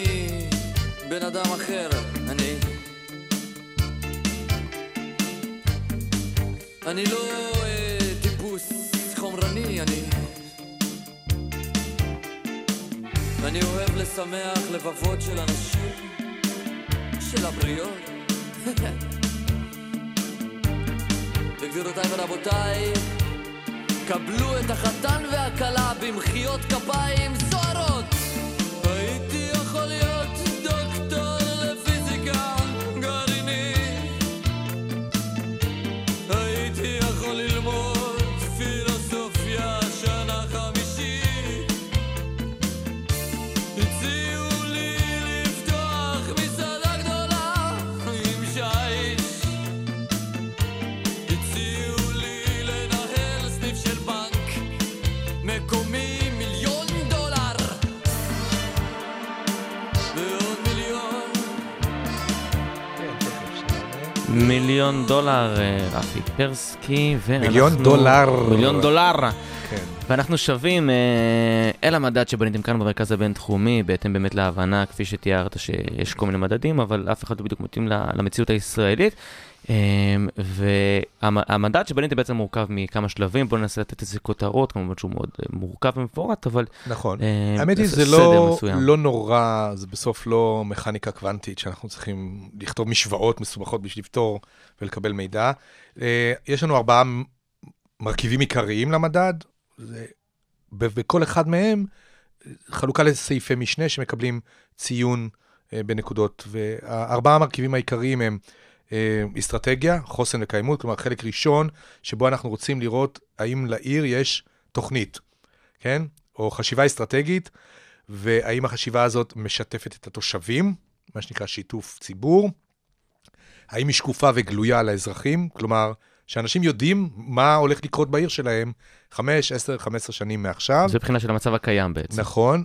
בן אדם אחר, אני לא טיפוס חומרני, אני אוהב לשמח לבבות של אנשים, של הבריות. וגבירותיי ורבותיי, קבלו את החתן והכלה במחיאות כפיים זוהרות. הייתי יכול להיות דוקטור לפיזיקה גרעינית, הייתי יכול ללמוד פילוסופיה שנה חמישית, הציעו לי לפתוח מסעדה גדולה עם שיש, הציעו לי לנהל סניף של בנק מקומי $1,000,000. מיליון דולר, רפי פרסקי, מיליון דולר. מיליון דולר. כן. ואנחנו שווים אל המדד שבניתם כאן במרכז הבינתחומי, בהתאם באמת להבנה, כפי שתיארת שיש כל מיני מדדים, אבל אף אחד לא בדיוק מתאים למציאות הישראלית. והמדד שבניתם בעצם מורכב מכמה שלבים, בואו ננסה לתת איזה כותרות, כמובן שהוא מאוד מורכב ומפורט, אבל נכון. האמת היא, זה לא נורא, זה בסוף לא מכניקה קוונטית, שאנחנו צריכים לכתוב משוואות מסובכות בשביל לפתור ולקבל מידע. יש לנו 4 מרכיבים עיקריים למדד, וכל אחד מהם חלוקה לסעיפי משנה שמקבלים ציון בנקודות, וה4 המרכיבים העיקריים הם אסטרטגיה, חוסן וקיימות, כלומר חלק ראשון שבו אנחנו רוצים לראות האם לעיר יש תוכנית, כן? או חשיבה אסטרטגית, והאם החשיבה הזאת משתפת את התושבים, מה שנקרא שיתוף ציבור, האם היא שקופה וגלויה לאזרחים, כלומר שאנשים יודעים מה הולך לקרות בעיר שלהם 5, 10, 15 שנים מעכשיו. זה בחינה של המצב הקיים בעצם. נכון,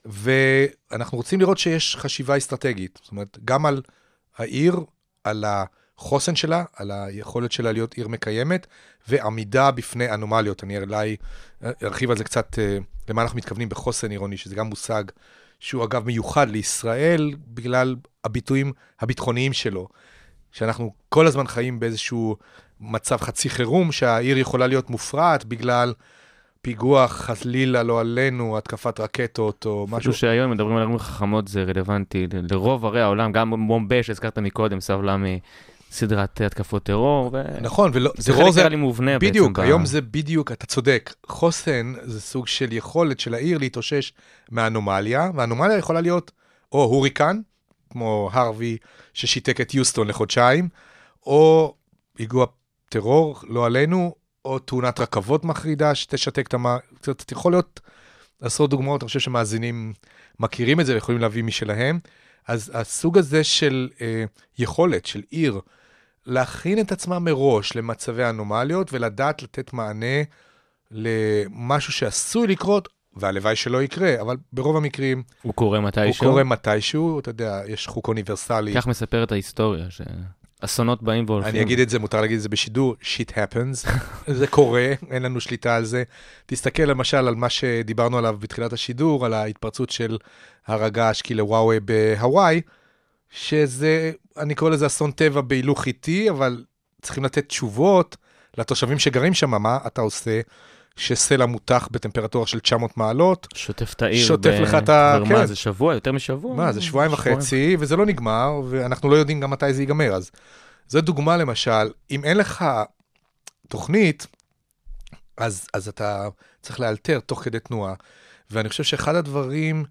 ואנחנו רוצים לראות שיש חשיבה אסטרטגית, זאת אומרת, גם על העיר, על החוסן שלה, על היכולת שלה להיות עיר מקיימת, ועמידה בפני אנומליות. אני ארחיב על זה קצת, למה אנחנו מתכוונים בחוסן עירוני, שזה גם מושג שהוא אגב מיוחד לישראל, בגלל הביטויים הביטחוניים שלו, שאנחנו כל הזמן חיים באיזשהו מצב חצי חירום, שהעיר יכולה להיות מופרעת בגלל פיגוע חלילה לא עלינו, התקפת רקטות או משהו. שהיום מדברים על ערים חכמות, זה רלוונטי לרוב ערי העולם, גם בומביי שהזכרת מקודם, סבלה מסדרת התקפות טרור. נכון, זה חלק נראה לי מובנה בעצם. בדיוק, היום זה בדיוק, אתה צודק. חוסן זה סוג של יכולת של העיר להתאושש מהאנומליה, והאנומליה יכולה להיות או הוריקן, כמו הרווי ששיתק את יוסטון לחודשיים, או פיגוע טרור לא עלינו, או תאונת רכבות מחרידה שתשתק את יכול להיות עשרות דוגמאות, אני חושב שמאזינים מכירים את זה, ויכולים להביא משלהם. אז הסוג הזה של יכולת, של עיר, להכין את עצמה מראש למצבי אנומליות, ולדעת לתת מענה למשהו שעשוי לקרות, והלוואי שלא יקרה, אבל ברוב המקרים הוא קורה מתישהו. הוא קורה מתישהו, אתה יודע, יש חוק אוניברסלי. כך מספר את ההיסטוריה, אסונות באים והולכים. אני אגיד את זה, מותר להגיד את זה בשידור, shit happens, זה קורה, אין לנו שליטה על זה. תסתכל למשל על מה שדיברנו עליו בתחילת השידור, על ההתפרצות של הר הגעש קילאוואי בהוואי, שזה, אני קורא לזה אסון טבע בהילוך איטי, אבל צריכים לתת תשובות לתושבים שגרים שם, מה אתה עושה שסלע מותח בטמפרטורה של 900 מעלות. שוטף את העיר. שוטף לך את ה... מה, זה שבוע? יותר משבוע? מה, זה 2.5 שבועים, וזה לא נגמר, ואנחנו לא יודעים גם מתי זה ייגמר. אז זו דוגמה למשל, אם אין לך תוכנית, אז אתה צריך לאלתר תוך כדי תנועה. ואני חושב שאחד הדברים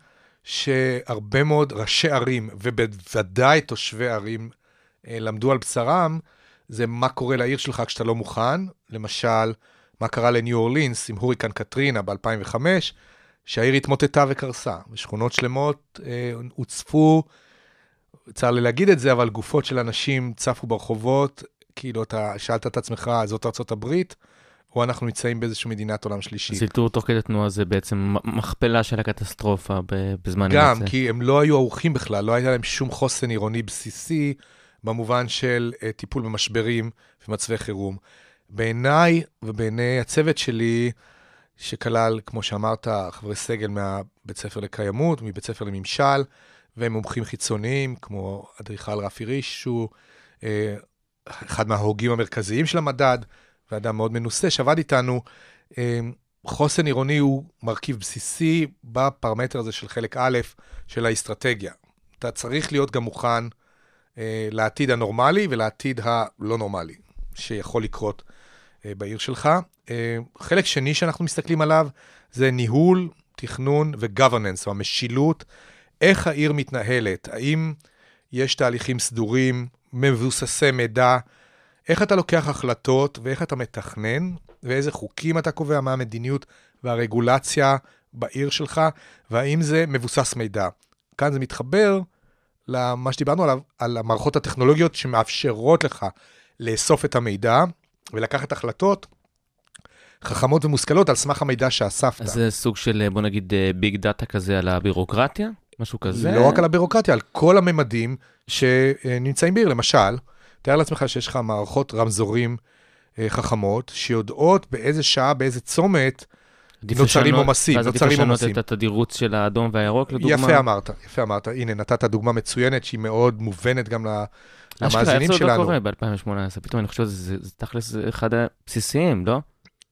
שהרבה מאוד ראשי ערים, ובוודאי תושבי ערים, למדו על בשרם, זה מה קורה לעיר שלך כשאתה לא מוכן. למשל, מה קרה לניו אורלינס עם הוריקן קטרינה ב-2005, שהעיר התמוטטה וקרסה. ושכונות שלמות הוצפו, צר לי להגיד את זה, אבל גופות של אנשים צפו ברחובות, כאילו אתה שאלת את עצמך, זאת ארצות הברית, או אנחנו נמצאים באיזושהי מדינת עולם שלישית. זלטור תוך כדי תנועה זה בעצם מכפלה של הקטסטרופה בזמן גם, הזה. כי הם לא היו ערוכים בכלל, לא היה להם שום חוסן עירוני בסיסי, במובן של טיפול במשברים ומצבי חירום. בעיניי ובעיני הצוות שלי, שכלל, כמו שאמרת, חברי סגל מהבית ספר לקיימות, מבית ספר לממשל, והם מומחים חיצוניים, כמו אדריכל רפי ריש, שהוא אחד מההוגים המרכזיים של המדד, ואדם מאוד מנוסה, שעבד איתנו. חוסן עירוני הוא מרכיב בסיסי בפרמטר הזה של חלק א' של האסטרטגיה. אתה צריך להיות גם מוכן לעתיד הנורמלי ולעתיד הלא נורמלי, שיכול לקרות בעיר שלך. חלק שני שאנחנו מסתכלים עליו, זה ניהול, תכנון ו-governance, או המשילות, איך העיר מתנהלת, האם יש תהליכים סדורים, מבוססי מידע, איך אתה לוקח החלטות ואיך אתה מתכנן, ואיזה חוקים אתה קובע, מה המדיניות והרגולציה בעיר שלך, והאם זה מבוסס מידע. כאן זה מתחבר למה שדיברנו עליו, על המערכות הטכנולוגיות שמאפשרות לך לאסוף את המידע, ולקחת החלטות חכמות ומושכלות על סמך המידע שאספת. אז זה סוג של, בוא נגיד, ביג דאטה כזה על הבירוקרטיה? משהו כזה? לא רק על הבירוקרטיה, על כל הממדים שנמצאים בעיר. למשל, תאר לעצמך שיש לך מערכות רמזורים חכמות, שיודעות באיזה שעה, באיזה צומת, נוצרים עומסים. ואז עדיף לשנות את התדירות של האדום והירוק, לדוגמה. יפה אמרת. הנה, נתת דוגמה מצוינת, שהיא מאוד מובנת גם למאזינים שלנו. שלנו. קורה ב-2018, פתאום אני חושב שזה תכלס אחד הבסיסיים, לא?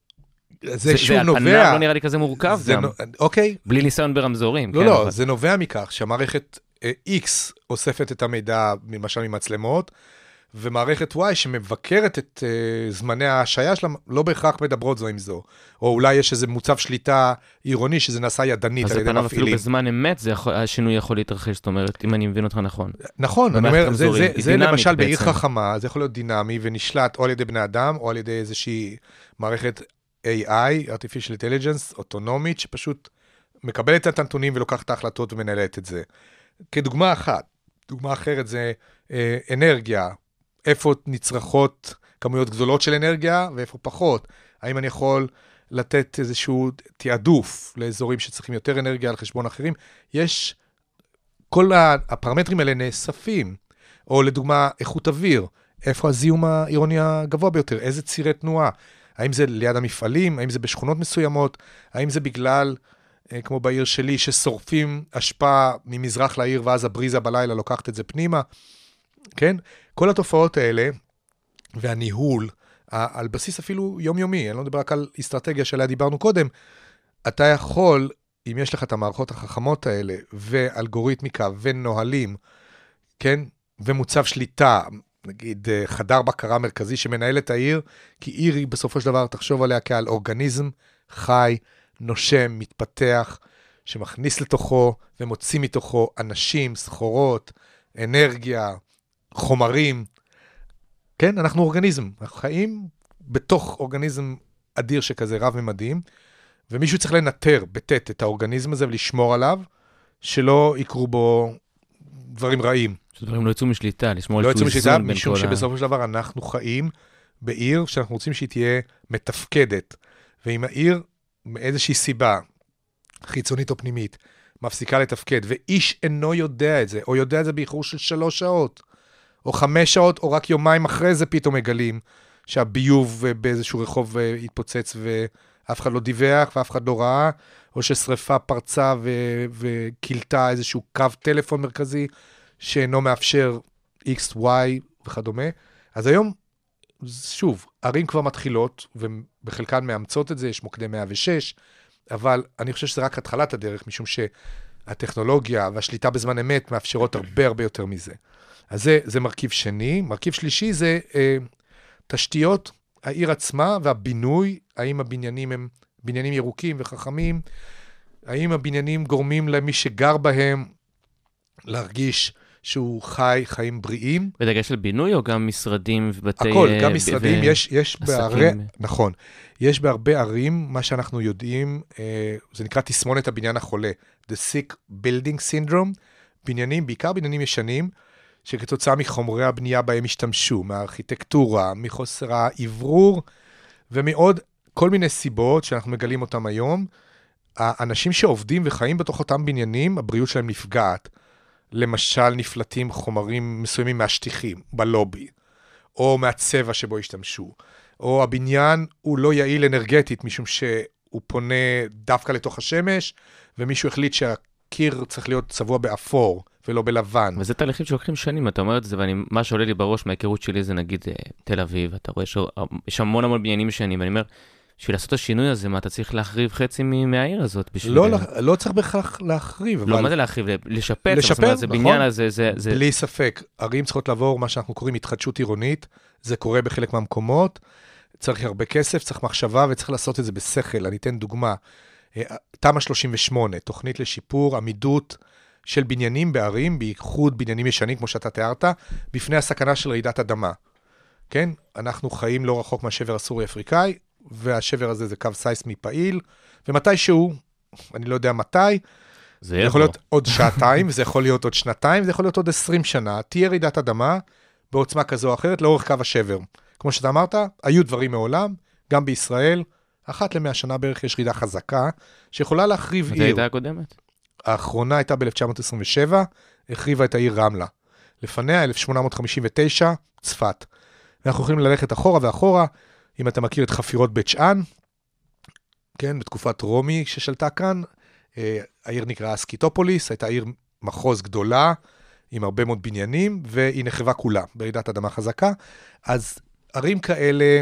זה שוב נובע... זה על פניו לא נראה לי כזה מורכב גם. אוקיי. בלי ניסיון ברמזורים. לא, זה נובע מכך שהמערכת X אוספת את המידע, למשל ממצלמות, ומערכת Y שמבקרת את זמני ההשעיה שלה, לא בהכרח מדברות זו עם זו. או אולי יש איזה מוצב שליטה עירוני, שזה נעשה ידנית על ידי מפעילים. אז אפילו בזמן אמת, השינוי יכול להתרחש, זאת אומרת, אם אני מבין אותך נכון. נכון, אני אומר, זה למשל בעיר חכמה, זה יכול להיות דינמי, ונשלט או על ידי בני אדם, או על ידי איזושהי מערכת AI, Artificial Intelligence, אוטונומית, שפשוט מקבלת את הנתונים ולוקחת את ההחלטות ומנהלת את זה. כדוגמה אחת, דוגמה אחרת זה אנרגיה, איפה נצרכות כמויות גדולות של אנרגיה ואיפה פחות. האם אני יכול לתת איזשהו תעדוף לאזורים שצריכים יותר אנרגיה על חשבון אחרים? יש, כל הפרמטרים האלה נאספים, או לדוגמה איכות אוויר, איפה הזיהום העירוני הגבוה ביותר, איזה צירי תנועה, האם זה ליד המפעלים, האם זה בשכונות מסוימות, האם זה בגלל, כמו בעיר שלי, ששורפים השפעה ממזרח לעיר, ואז הבריזה בלילה לוקחת את זה פנימה, כן? כל התופעות האלה, והניהול, על בסיס אפילו יומיומי, אני לא מדבר רק על אסטרטגיה שעליה דיברנו קודם, אתה יכול, אם יש לך את המערכות החכמות האלה, ואלגוריתמיקה ונוהלים, כן? ומוצב שליטה, נגיד חדר בקרה מרכזי שמנהל את העיר, כי עיר היא בסופו של דבר, תחשוב עליה כעל אורגניזם חי, נושם, מתפתח, שמכניס לתוכו ומוציא מתוכו אנשים, סחורות, אנרגיה, חומרים. כן, אנחנו אורגניזם. אנחנו חיים בתוך אורגניזם אדיר שכזה רב-ממדים, ומישהו צריך לנטר בטט את האורגניזם הזה ולשמור עליו, שלא יקרו בו דברים רעים. שדברים לא יצאו משליטה, לשמור על איזון בין כל ה... לא יצאו משליטה, משום שבסופו של דבר אנחנו חיים בעיר שאנחנו רוצים שהיא תהיה מתפקדת. ואם העיר, מאיזושהי סיבה, חיצונית או פנימית, מפסיקה לתפקד, ואיש אינו יודע את זה, או יודע את זה באיחור של 3 שעות, או 5 שעות, או רק יומיים אחרי זה פתאום מגלים שהביוב באיזשהו רחוב התפוצץ ואף אחד לא דיווח ואף אחד לא ראה, או ששריפה פרצה וקילתה איזשהו קו טלפון מרכזי שאינו מאפשר X, Y וכדומה. אז היום, שוב, ערים כבר מתחילות, ובחלקן מאמצות את זה, יש מוקדי 106, אבל אני חושב שזה רק התחלת הדרך, משום שהטכנולוגיה והשליטה בזמן אמת מאפשרות הרבה הרבה יותר מזה. אז זה מרכיב שני. מרכיב שלישי זה תשתיות העיר עצמה והבינוי, האם הבניינים הם בניינים ירוקים וחכמים, האם הבניינים גורמים למי שגר בהם להרגיש שהוא חי חיים בריאים. בדגש של בינוי או גם משרדים ובתי... הכל, גם משרדים, יש בהרבה, נכון, יש בהרבה ערים, מה שאנחנו יודעים, זה נקרא תסמונת הבניין החולה, The Sick Building Syndrome, בניינים, בעיקר בניינים ישנים, שכתוצאה מחומרי הבנייה בהם השתמשו, מהארכיטקטורה, מחוסר העברור, ומעוד כל מיני סיבות שאנחנו מגלים אותם היום, האנשים שעובדים וחיים בתוך אותם בניינים, הבריאות שלהם נפגעת. למשל נפלטים חומרים מסוימים מהשטיחים, בלובי, או מהצבע שבו השתמשו, או הבניין הוא לא יעיל אנרגטית, משום שהוא פונה דווקא לתוך השמש, ומישהו החליט שהקיר צריך להיות צבוע באפור, ולא בלבן. וזה תהליכים שלוקחים שנים, אתה אומר את זה, ומה שעולה לי בראש מההיכרות שלי זה נגיד תל אביב, אתה רואה שיש המון בניינים שנים, ואני אומר, בשביל לעשות את השינוי הזה, מה אתה צריך להחריב חצי מהעיר הזאת? לא צריך בכך להחריב. לא, מה זה להחריב? לשפץ. לשפץ, זה בניין הזה, זה... בלי ספק. ערים צריכות לעבור מה שאנחנו קוראים התחדשות עירונית, זה קורה בחלק מהמקומות, צריך הרבה כסף, צריך מחשבה, וצריך לעשות את זה בשכל. אני אתן דוגמה. תמ"א 38, תוכנית לשיפור עמידות של בניינים בערים, בייחוד בניינים ישנים, כמו שאתה תיארת, בפני הסכנה של רעידת אדמה. כן? אנחנו חיים לא רחוק מהשבר הסורי-אפריקאי, והשבר הזה זה קו סייסמי פעיל, ומתישהו, אני לא יודע מתי, זה יכול להיות עוד 2 שעתיים, זה יכול להיות עוד 2 שנתיים, זה יכול להיות עוד 20 שנה, תהיה רעידת אדמה בעוצמה כזו או אחרת, לאורך קו השבר. כמו שאתה אמרת, היו דברים מעולם, גם בישראל, 1 ל-100 שנה בערך יש רעידה חזקה, שיכולה להחריב עיר. מתי הייתה הקודמת? האחרונה הייתה ב-1927, החריבה את העיר רמלה. לפניה, 1859, צפת. אנחנו יכולים ללכת אחורה ואחורה, אם אתה מכיר את חפירות בית שאן, כן, בתקופת רומי ששלטה כאן, העיר נקראה סקיטופוליס, הייתה עיר מחוז גדולה, עם הרבה מאוד בניינים, והיא נחרבה כולה, ברעידת אדמה חזקה. אז ערים כאלה,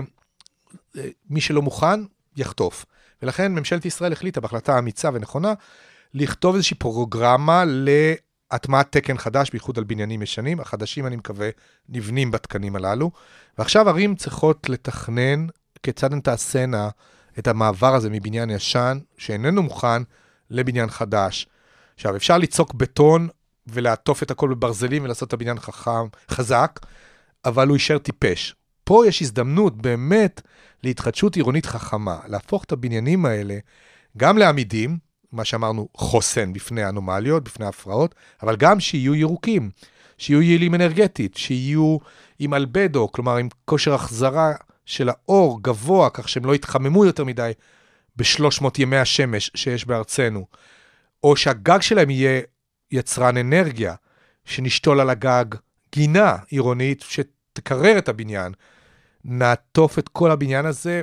מי שלא מוכן, יחטוף. ולכן ממשלת ישראל החליטה בהחלטה אמיצה ונכונה, לכתוב איזושהי פרוגרמה להטמעת תקן חדש, בייחוד על בניינים ישנים. החדשים, אני מקווה, נבנים בתקנים הללו. ועכשיו ערים צריכות לתכנן כיצד הן תעשנה את המעבר הזה מבניין ישן, שאיננו מוכן, לבניין חדש. עכשיו, אפשר ליצוק בטון ולעטוף את הכל בברזלים ולעשות את הבניין חכם, חזק, אבל הוא יישאר טיפש. פה יש הזדמנות באמת להתחדשות עירונית חכמה, להפוך את הבניינים האלה גם לעמידים, מה שאמרנו חוסן בפני האנומליות, בפני ההפרעות, אבל גם שיהיו ירוקים, שיהיו יעילים אנרגטית, שיהיו עם אלבדו, כלומר עם כושר החזרה של האור גבוה, כך שהם לא יתחממו יותר מדי ב-300 ימי השמש שיש בארצנו, או שהגג שלהם יהיה יצרן אנרגיה, שנשתול על הגג גינה עירונית שתקרר את הבניין. נעטוף את כל הבניין הזה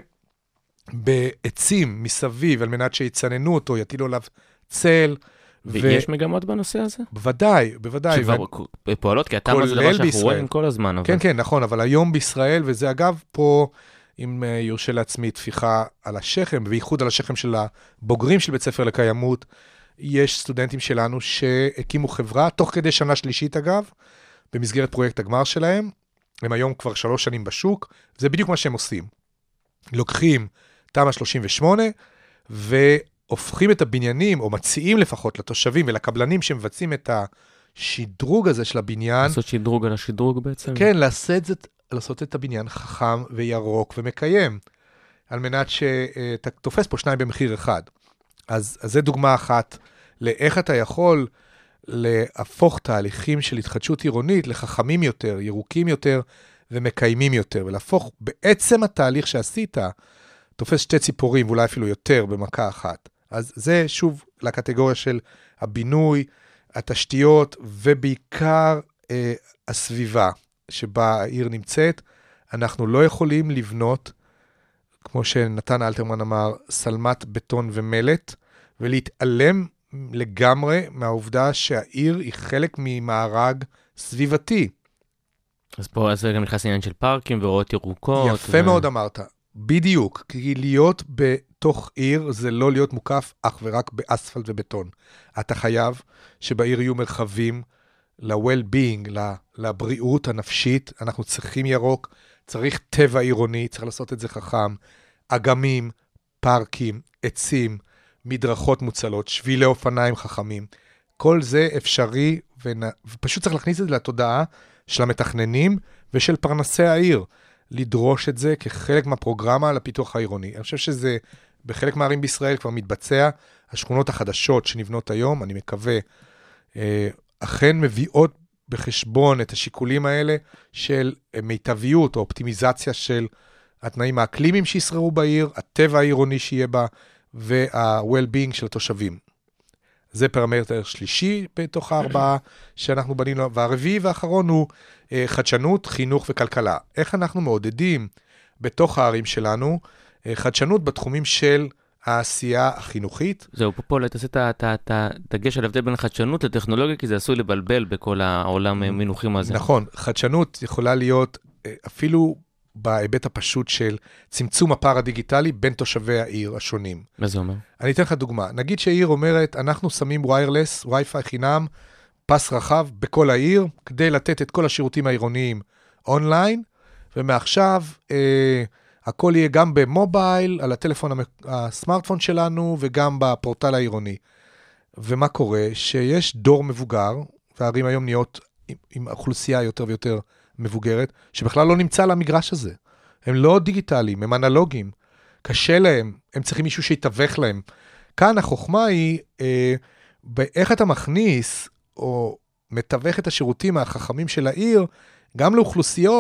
בעצים מסביב, על מנת שיצננו אותו, יטילו עליו צל. ויש מגמות בנושא הזה? בוודאי, בוודאי. פועלות, כי הטעם הזה דבר שאנחנו רואים כל הזמן. כן, כן, נכון, אבל היום בישראל, וזה אגב פה, אם יורשה לעצמי תפיחה על השכם, וייחוד על השכם של הבוגרים של בית ספר לקיימות, יש סטודנטים שלנו שהקימו חברה, תוך כדי שנה שלישית אגב, במסגרת פרויקט הגמר שלהם, הם היום כבר 3 שנים בשוק, זה בדיוק מה שהם עושים. לוקחים תמ"א 38, והופכים את הבניינים, או מציעים לפחות לתושבים ולקבלנים שמבצעים את השדרוג הזה של הבניין. לעשות שדרוג על השדרוג בעצם? כן, לעשות את הבניין חכם וירוק ומקיים, על מנת שאתה תופס פה 2 במחיר אחד. אז זה דוגמה אחת לאיך אתה יכול להפוך תהליכים של התחדשות עירונית לחכמים יותר, ירוקים יותר ומקיימים יותר, ולהפוך בעצם התהליך שעשית, תופס 2 ציפורים ואולי אפילו יותר במכה אחת. אז זה שוב לקטגוריה של הבינוי, התשתיות ובעיקר הסביבה שבה העיר נמצאת. אנחנו לא יכולים לבנות, כמו שנתן אלתרמן אמר, סלמת בטון ומלט, ולהתעלם לגמרי מהעובדה שהעיר היא חלק ממארג סביבתי. אז פה זה גם נכנס לעניין של פארקים ורואות ירוקות. יפה מאוד אמרת, בדיוק, כי להיות בתוך עיר זה לא להיות מוקף אך ורק באספלט ובטון. אתה חייב שבעיר יהיו מרחבים ל-well-being, לבריאות הנפשית, אנחנו צריכים ירוק, צריך טבע עירוני, צריך לעשות את זה חכם, אגמים, פארקים, עצים, מדרכות מוצלות, שבילי אופניים חכמים, כל זה אפשרי, ופשוט צריך להכניס את זה לתודעה של המתכננים ושל פרנסי העיר, לדרוש את זה כחלק מהפרוגרמה לפיתוח העירוני. אני חושב שזה בחלק מהערים בישראל כבר מתבצע, השכונות החדשות שנבנות היום, אני מקווה, אכן מביאות בחשבון את השיקולים האלה של מיטביות או אופטימיזציה של התנאים האקלימיים שישררו בעיר, הטבע העירוני שיהיה בה, וה-well-being של התושבים. זה פרמטר שלישי בתוך 4 שאנחנו בנינו, והרביעי והאחרון הוא חדשנות, חינוך וכלכלה. איך אנחנו מעודדים בתוך הערים שלנו חדשנות בתחומים של העשייה החינוכית. זהו, פה תעשה את הדגש על הבדל בין חדשנות לטכנולוגיה, כי זה עשוי לבלבל בכל העולם המינוחים הזה. נכון, חדשנות יכולה להיות אפילו בהיבט הפשוט של צמצום הפער הדיגיטלי בין תושבי העיר השונים. מה זה אומר? אני אתן לך דוגמה. נגיד שהעיר אומרת, אנחנו שמים ויירלס, וי-פיי חינם, פס רחב בכל העיר, כדי לתת את כל השירותים העירוניים אונליין, ומעכשיו הכל יהיה גם במובייל, על הטלפון הסמארטפון שלנו, וגם בפורטל העירוני. ומה קורה? שיש דור מבוגר, והערים היום נהיות עם אוכלוסייה יותר ויותר מבוגרת, שבכלל לא נמצא על המגרש הזה. הם לא דיגיטליים, הם אנלוגיים. קשה להם, הם צריכים מישהו שיתווך להם. כאן החוכמה היא, באיך אתה מכניס, או מתווך את השירותים החכמים של העיר, גם לאוכלוסיות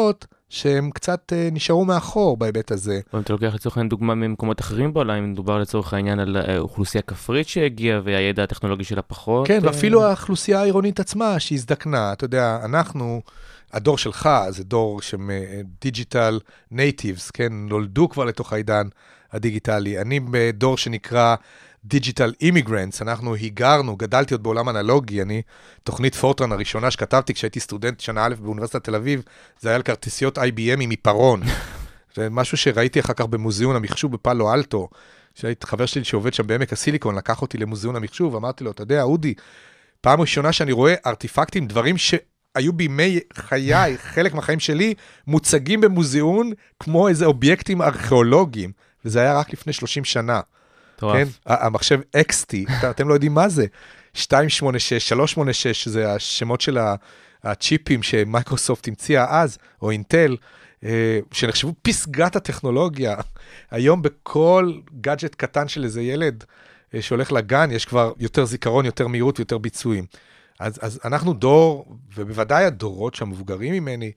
שהם קצת נשארו מאחור בהיבט הזה. אבל אתה לוקח לצורך העניין דוגמה ממקומות אחרים בעולם, אם מדובר לצורך העניין על אוכלוסייה כפרית שהגיעה, והידע הטכנולוגי שלה פחות. כן, ואפילו האוכלוסייה העירונית עצמה, שהזדקנה, אתה יודע, אנחנו, הדור שלך, זה דור שהם דיג'יטל נייטיבס, כן, נולדו כבר לתוך העידן הדיגיטלי. אני בדור שנקרא דיג'יטל אימיגרנטס, אנחנו היגרנו, גדלתי עוד בעולם אנלוגי, אני, תוכנית פורטרן הראשונה שכתבתי כשהייתי סטודנט שנה א' באוניברסיטת תל אביב, זה היה על כרטיסיות IBM מפרון. זה משהו שראיתי אחר כך במוזיאון המחשוב בפאלו אלטו, שהייתי חבר שלי שעובד שם בעמק הסיליקון, לקח אותי למוזיאון המחשוב, אמרתי לו, אתה יודע, אודי, פעם ראשונה שאני רואה ארטיפקטים, דברים שהיו בימי חיי, חלק מהחיים שלי, מוצגים במוזיאון כמו איזה אובייקטים ארכיאולוגיים, וזה היה רק לפני 30 שנה. כן? המחשב XT, אתם לא יודעים מה זה, 286, 386, זה השמות של הצ'יפים שמייקרוסופט המציאה אז, או אינטל, שנחשבו פסגת הטכנולוגיה. היום בכל גאדג'ט קטן של איזה ילד שהולך לגן, יש כבר יותר זיכרון, יותר מהירות ויותר ביצועים. אז אנחנו דור, ובוודאי הדורות שהמבוגרים ממני,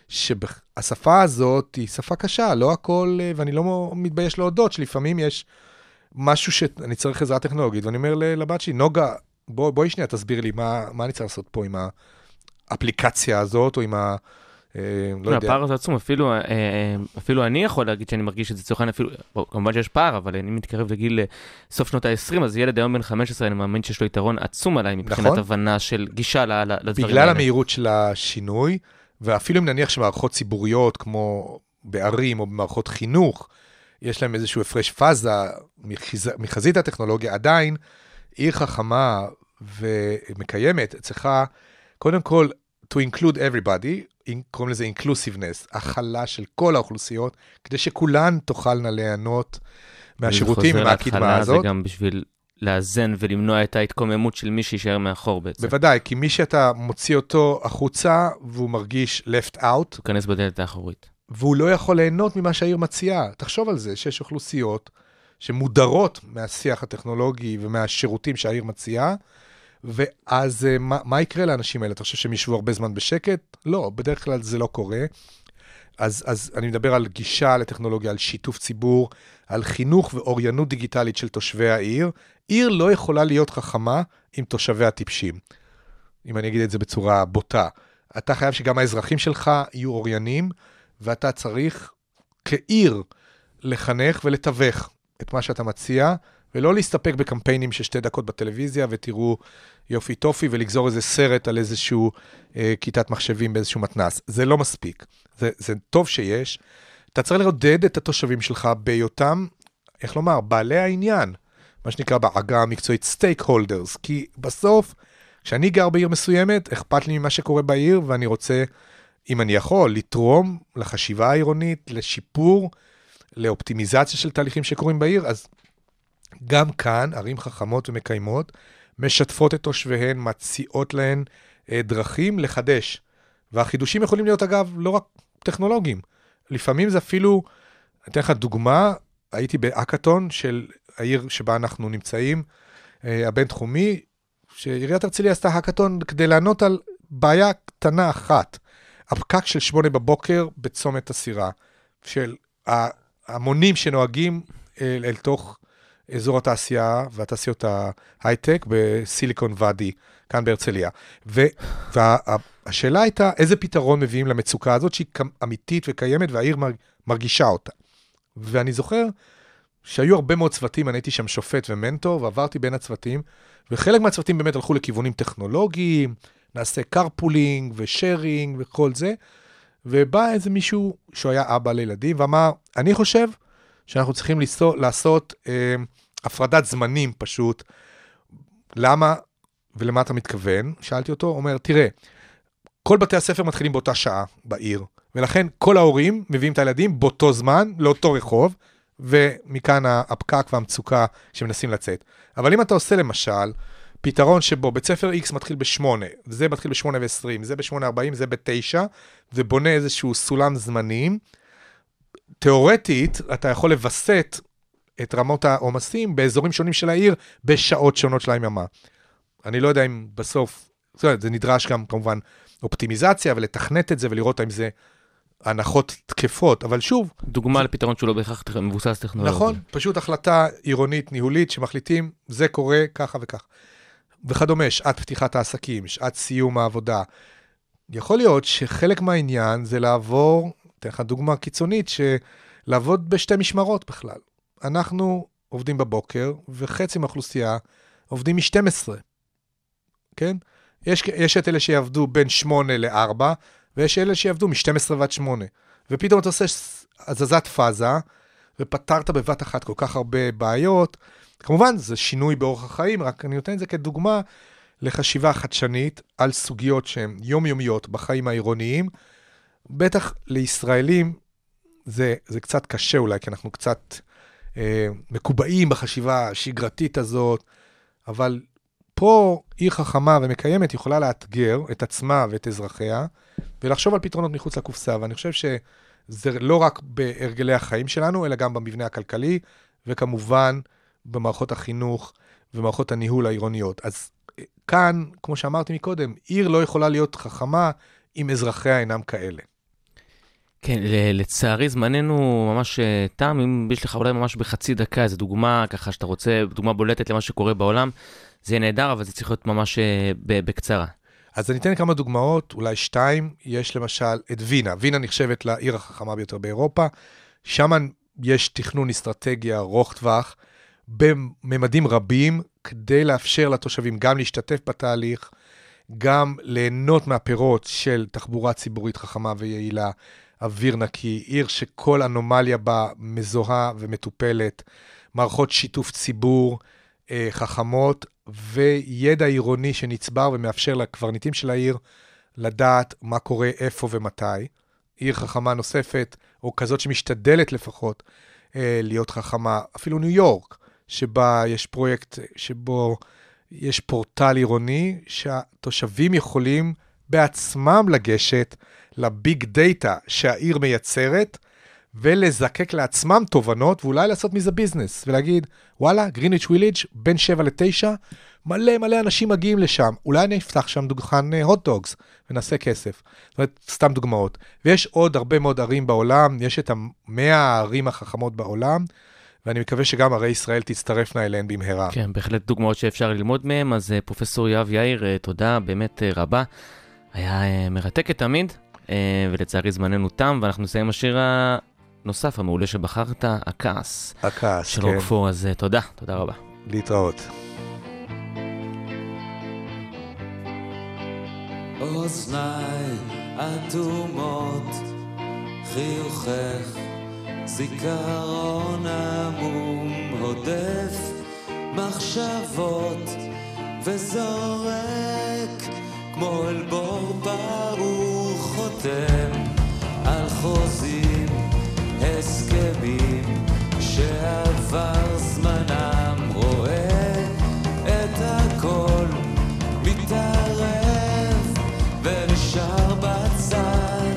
שהשפה הזאת היא שפה קשה, לא הכל, ואני לא מתבייש להודות, שלפעמים יש משהו שאני צריך עזרה טכנולוגית, ואני אומר לבת שלי, נוגה, בואי שנייה, תסביר לי מה אני צריך לעשות פה עם האפליקציה הזאת, או עם לא יודע. הפער הזה עצום, אפילו אני יכול להגיד שאני מרגיש את זה צורכן, אפילו, כמובן שיש פער, אבל אני מתקרב לגיל סוף שנות ה-20, אז ילד היום בן 15, אני מאמין שיש לו יתרון עצום עליי, מבחינת הבנה של גישה לדברים האלה. בגלל המהירות של השינוי, ואפילו אם נניח שמערכות ציבוריות, כמו בערים או במערכות חינוך, יש להם איזשהו הפרש פאזה מחזית הטכנולוגיה, עדיין עיר חכמה ומקיימת צריכה, קודם כל, to include everybody, קוראים לזה inclusiveness, הכלה של כל האוכלוסיות, כדי שכולן תוכלנה ליהנות מהשירותים ומהקדמה הזאת. זה גם בשביל לאזן ולמנוע את ההתקוממות של מי שישאר מאחור בעצם. בוודאי, כי מי שאתה מוציא אותו החוצה, והוא מרגיש left out, הוא כנס בדלת האחורית. והוא לא יכול ליהנות ממה שהעיר מציעה. תחשוב על זה, שיש אוכלוסיות שמודרות מהשיח הטכנולוגי ומהשירותים שהעיר מציעה, ואז מה יקרה לאנשים האלה? אתה חושב שהם ישבו הרבה זמן בשקט? לא, בדרך כלל זה לא קורה. אז אני מדבר על גישה לטכנולוגיה, על שיתוף ציבור, על חינוך ואוריינות דיגיטלית של תושבי העיר. עיר לא יכולה להיות חכמה עם תושביה טיפשים. אם אני אגיד את זה בצורה בוטה. אתה חייב שגם האזרחים שלך יהיו אוריינים, ואתה צריך כעיר לחנך ולתווך את מה שאתה מציע, ולא להסתפק בקמפיינים של 2 דקות בטלוויזיה, ותראו יופי טופי, ולגזור איזה סרט על איזשהו כיתת מחשבים באיזשהו מתנס. זה לא מספיק. זה טוב שיש. אתה צריך לעודד את התושבים שלך בהיותם, איך לומר, בעלי העניין, מה שנקרא בעגה המקצועית stakeholders, כי בסוף, כשאני גר בעיר מסוימת, אכפת לי ממה שקורה בעיר, ואני רוצה, אם אני יכול, לתרום לחשיבה העירונית, לשיפור, לאופטימיזציה של תהליכים שקורים בעיר, אז גם כאן, ערים חכמות ומקיימות, משתפות את תושביהן, מציעות להן דרכים לחדש. והחידושים יכולים להיות, אגב, לא רק טכנולוגיים. לפעמים זה אפילו, אני אתן לך דוגמה, הייתי באקתון של העיר שבה אנחנו נמצאים, הבינתחומי, שעיריית הרצליה עשתה האקתון כדי לענות על בעיה קטנה אחת. הפקק של 8 בבוקר בצומת הסירה, של המונים שנוהגים אל תוך אזור התעשייה והתעשיות ההייטק בסיליקון ואדי, כאן בהרצליה. והשאלה הייתה, איזה פתרון מביאים למצוקה הזאת שהיא אמיתית וקיימת, והעיר מרגישה אותה. ואני זוכר שהיו הרבה מאוד צוותים, אני הייתי שם שופט ומנטור, ועברתי בין הצוותים, וחלק מהצוותים באמת הלכו לכיוונים טכנולוגיים, נעשה קרפולינג ושארינג וכל זה, ובא איזה מישהו שהוא היה אבא לילדים, ואמר, אני חושב שאנחנו צריכים לעשות הפרדת זמנים פשוט. למה ולמה אתה מתכוון? שאלתי אותו, הוא אומר, תראה, כל בתי הספר מתחילים באותה שעה בעיר, ולכן כל ההורים מביאים את הילדים באותו זמן, לאותו רחוב, ומכאן הפקק והמצוקה שמנסים לצאת. אבל אם אתה עושה למשל, פתרון שבו בית ספר X מתחיל ב8, זה מתחיל ב8:20, זה ב8:40, זה ב9, ובונה איזשהו סולם זמנים, תיאורטית אתה יכול לבסט את רמות העומסים באזורים שונים של העיר, בשעות שונות של היממה. אני לא יודע אם בסוף, זה נדרש גם כמובן אופטימיזציה, ולתכנת את זה ולראות האם זה הנחות תקפות, אבל שוב... דוגמה לפתרון שהוא לא בהכרח מבוסס טכנולוגיה. נכון, פשוט החלטה עירונית, ניהולית, שמחליטים, זה קורה ככה וכך. וכדומה, שעת פתיחת העסקים, שעת סיום העבודה. יכול להיות שחלק מהעניין זה לעבור, אתן לך דוגמה קיצונית, לעבוד בשתי משמרות בכלל. אנחנו עובדים בבוקר, וחצי מהאוכלוסייה עובדים מ-12. כן? יש את אלה שיעבדו בין 8 ל-4, ויש אלה שיעבדו מ-12 ועד 8. ופתאום אתה עושה הזזת פאזה, ופתרת בבת אחת כל כך הרבה בעיות. כמובן, זה שינוי באורח החיים, רק אני נותן את זה כדוגמה לחשיבה חדשנית על סוגיות שהן יומיומיות בחיים העירוניים. בטח לישראלים זה קצת קשה אולי, כי אנחנו קצת מקובעים בחשיבה השגרתית הזאת, אבל פה עיר חכמה ומקיימת יכולה לאתגר את עצמה ואת אזרחיה, ולחשוב על פתרונות מחוץ לקופסה, ואני חושב שזה לא רק בהרגלי החיים שלנו, אלא גם במבנה הכלכלי, וכמובן במערכות החינוך ומערכות הניהול העירוניות. אז כאן, כמו שאמרתי מקודם, עיר לא יכולה להיות חכמה אם אזרחיה אינם כאלה. כן, לצערי זמננו ממש תם, אם יש לך אולי ממש בחצי דקה, איזו דוגמה ככה שאתה רוצה, דוגמה בולטת למה שקורה בעולם, זה יהיה נהדר, אבל זה צריך להיות ממש בקצרה. אז אני אתן כמה דוגמאות, אולי 2, יש למשל את וינה. וינה נחשבת לעיר החכמה ביותר באירופה, שם יש תכנון אסטרטגיה ארוך טווח, בממדים רבים, כדי לאפשר לתושבים גם להשתתף בתהליך, גם ליהנות מהפירות של תחבורה ציבורית חכמה ויעילה, אוויר נקי, עיר שכל אנומליה בה מזוהה ומטופלת, מערכות שיתוף ציבור חכמות, וידע עירוני שנצבר ומאפשר לקברניטים של העיר לדעת מה קורה, איפה ומתי. עיר חכמה נוספת, או כזאת שמשתדלת לפחות להיות חכמה, אפילו ניו יורק, שבה יש פרויקט שבו יש פורטל עירוני, שהתושבים יכולים בעצמם לגשת לביג דאטה שהעיר מייצרת, ולזקק לעצמם תובנות, ואולי לעשות מזה ביזנס, ולהגיד, וואלה, גריניץ' וויליג' בין 7 ל-9, מלא אנשים מגיעים לשם, אולי נפתח שם דוכן הוט דוגס, ונעשה כסף. זאת אומרת, סתם דוגמאות. ויש עוד הרבה מאוד ערים בעולם, יש את 100 הערים החכמות בעולם, ואני מקווה שגם ערי ישראל תצטרפנה אליהן במהרה. כן, בהחלט דוגמאות שאפשר ללמוד מהם, אז פרופסור יואב יאיר, תודה באמת רבה. היה מרתקת תמיד, ולצערי זמננו תם, ואנחנו נסיים השיר הנוסף, המעולה שבחרת, הכעס. הכעס, של רוקפור, אז תודה רבה. להתראות. אוזניי אדומות, חיוכך, זיכרון עמום, הודף מחשבות וזורק כמו אל בור ברוך, חותם על חוזים, הסכמים שעבר זמנם, רואה את הכל מתערב ונשאר בצד.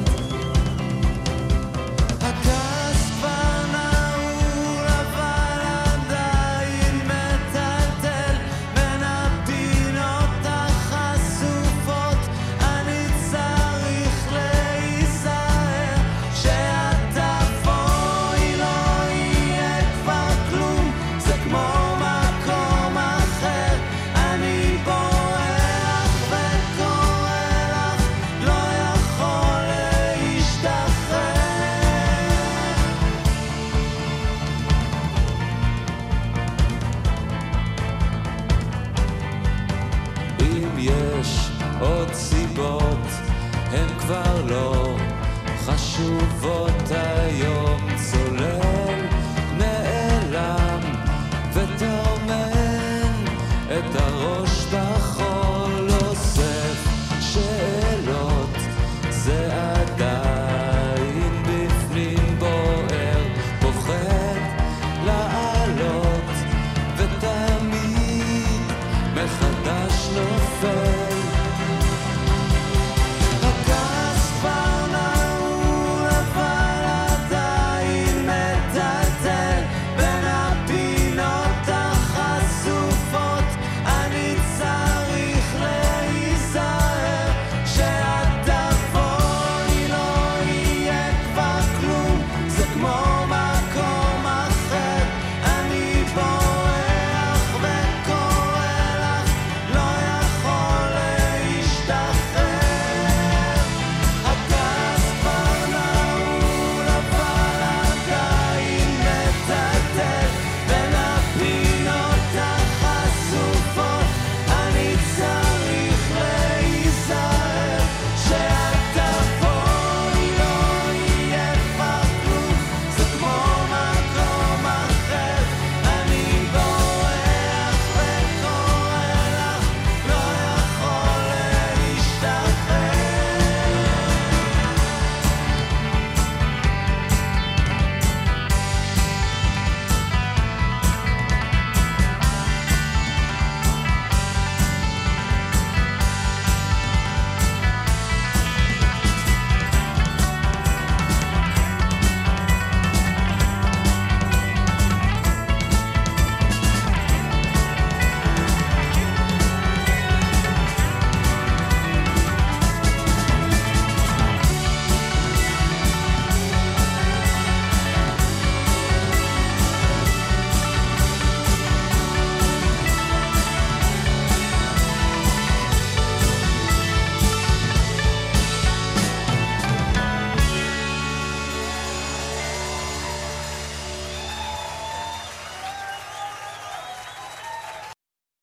הכעס כבר נעול אבל עדיין מטלטל בין הפינות החשופות. אני צריך להיזהר שאתה תבואי, לא יהיה כבר כלום, זה כמו מקום אחר. אני בורח וקורא לך, לא יכול להשתחרר. אם יש עוד סיבות, הן כבר לא חשובות היום. צולל, נעלם וטומן את הראש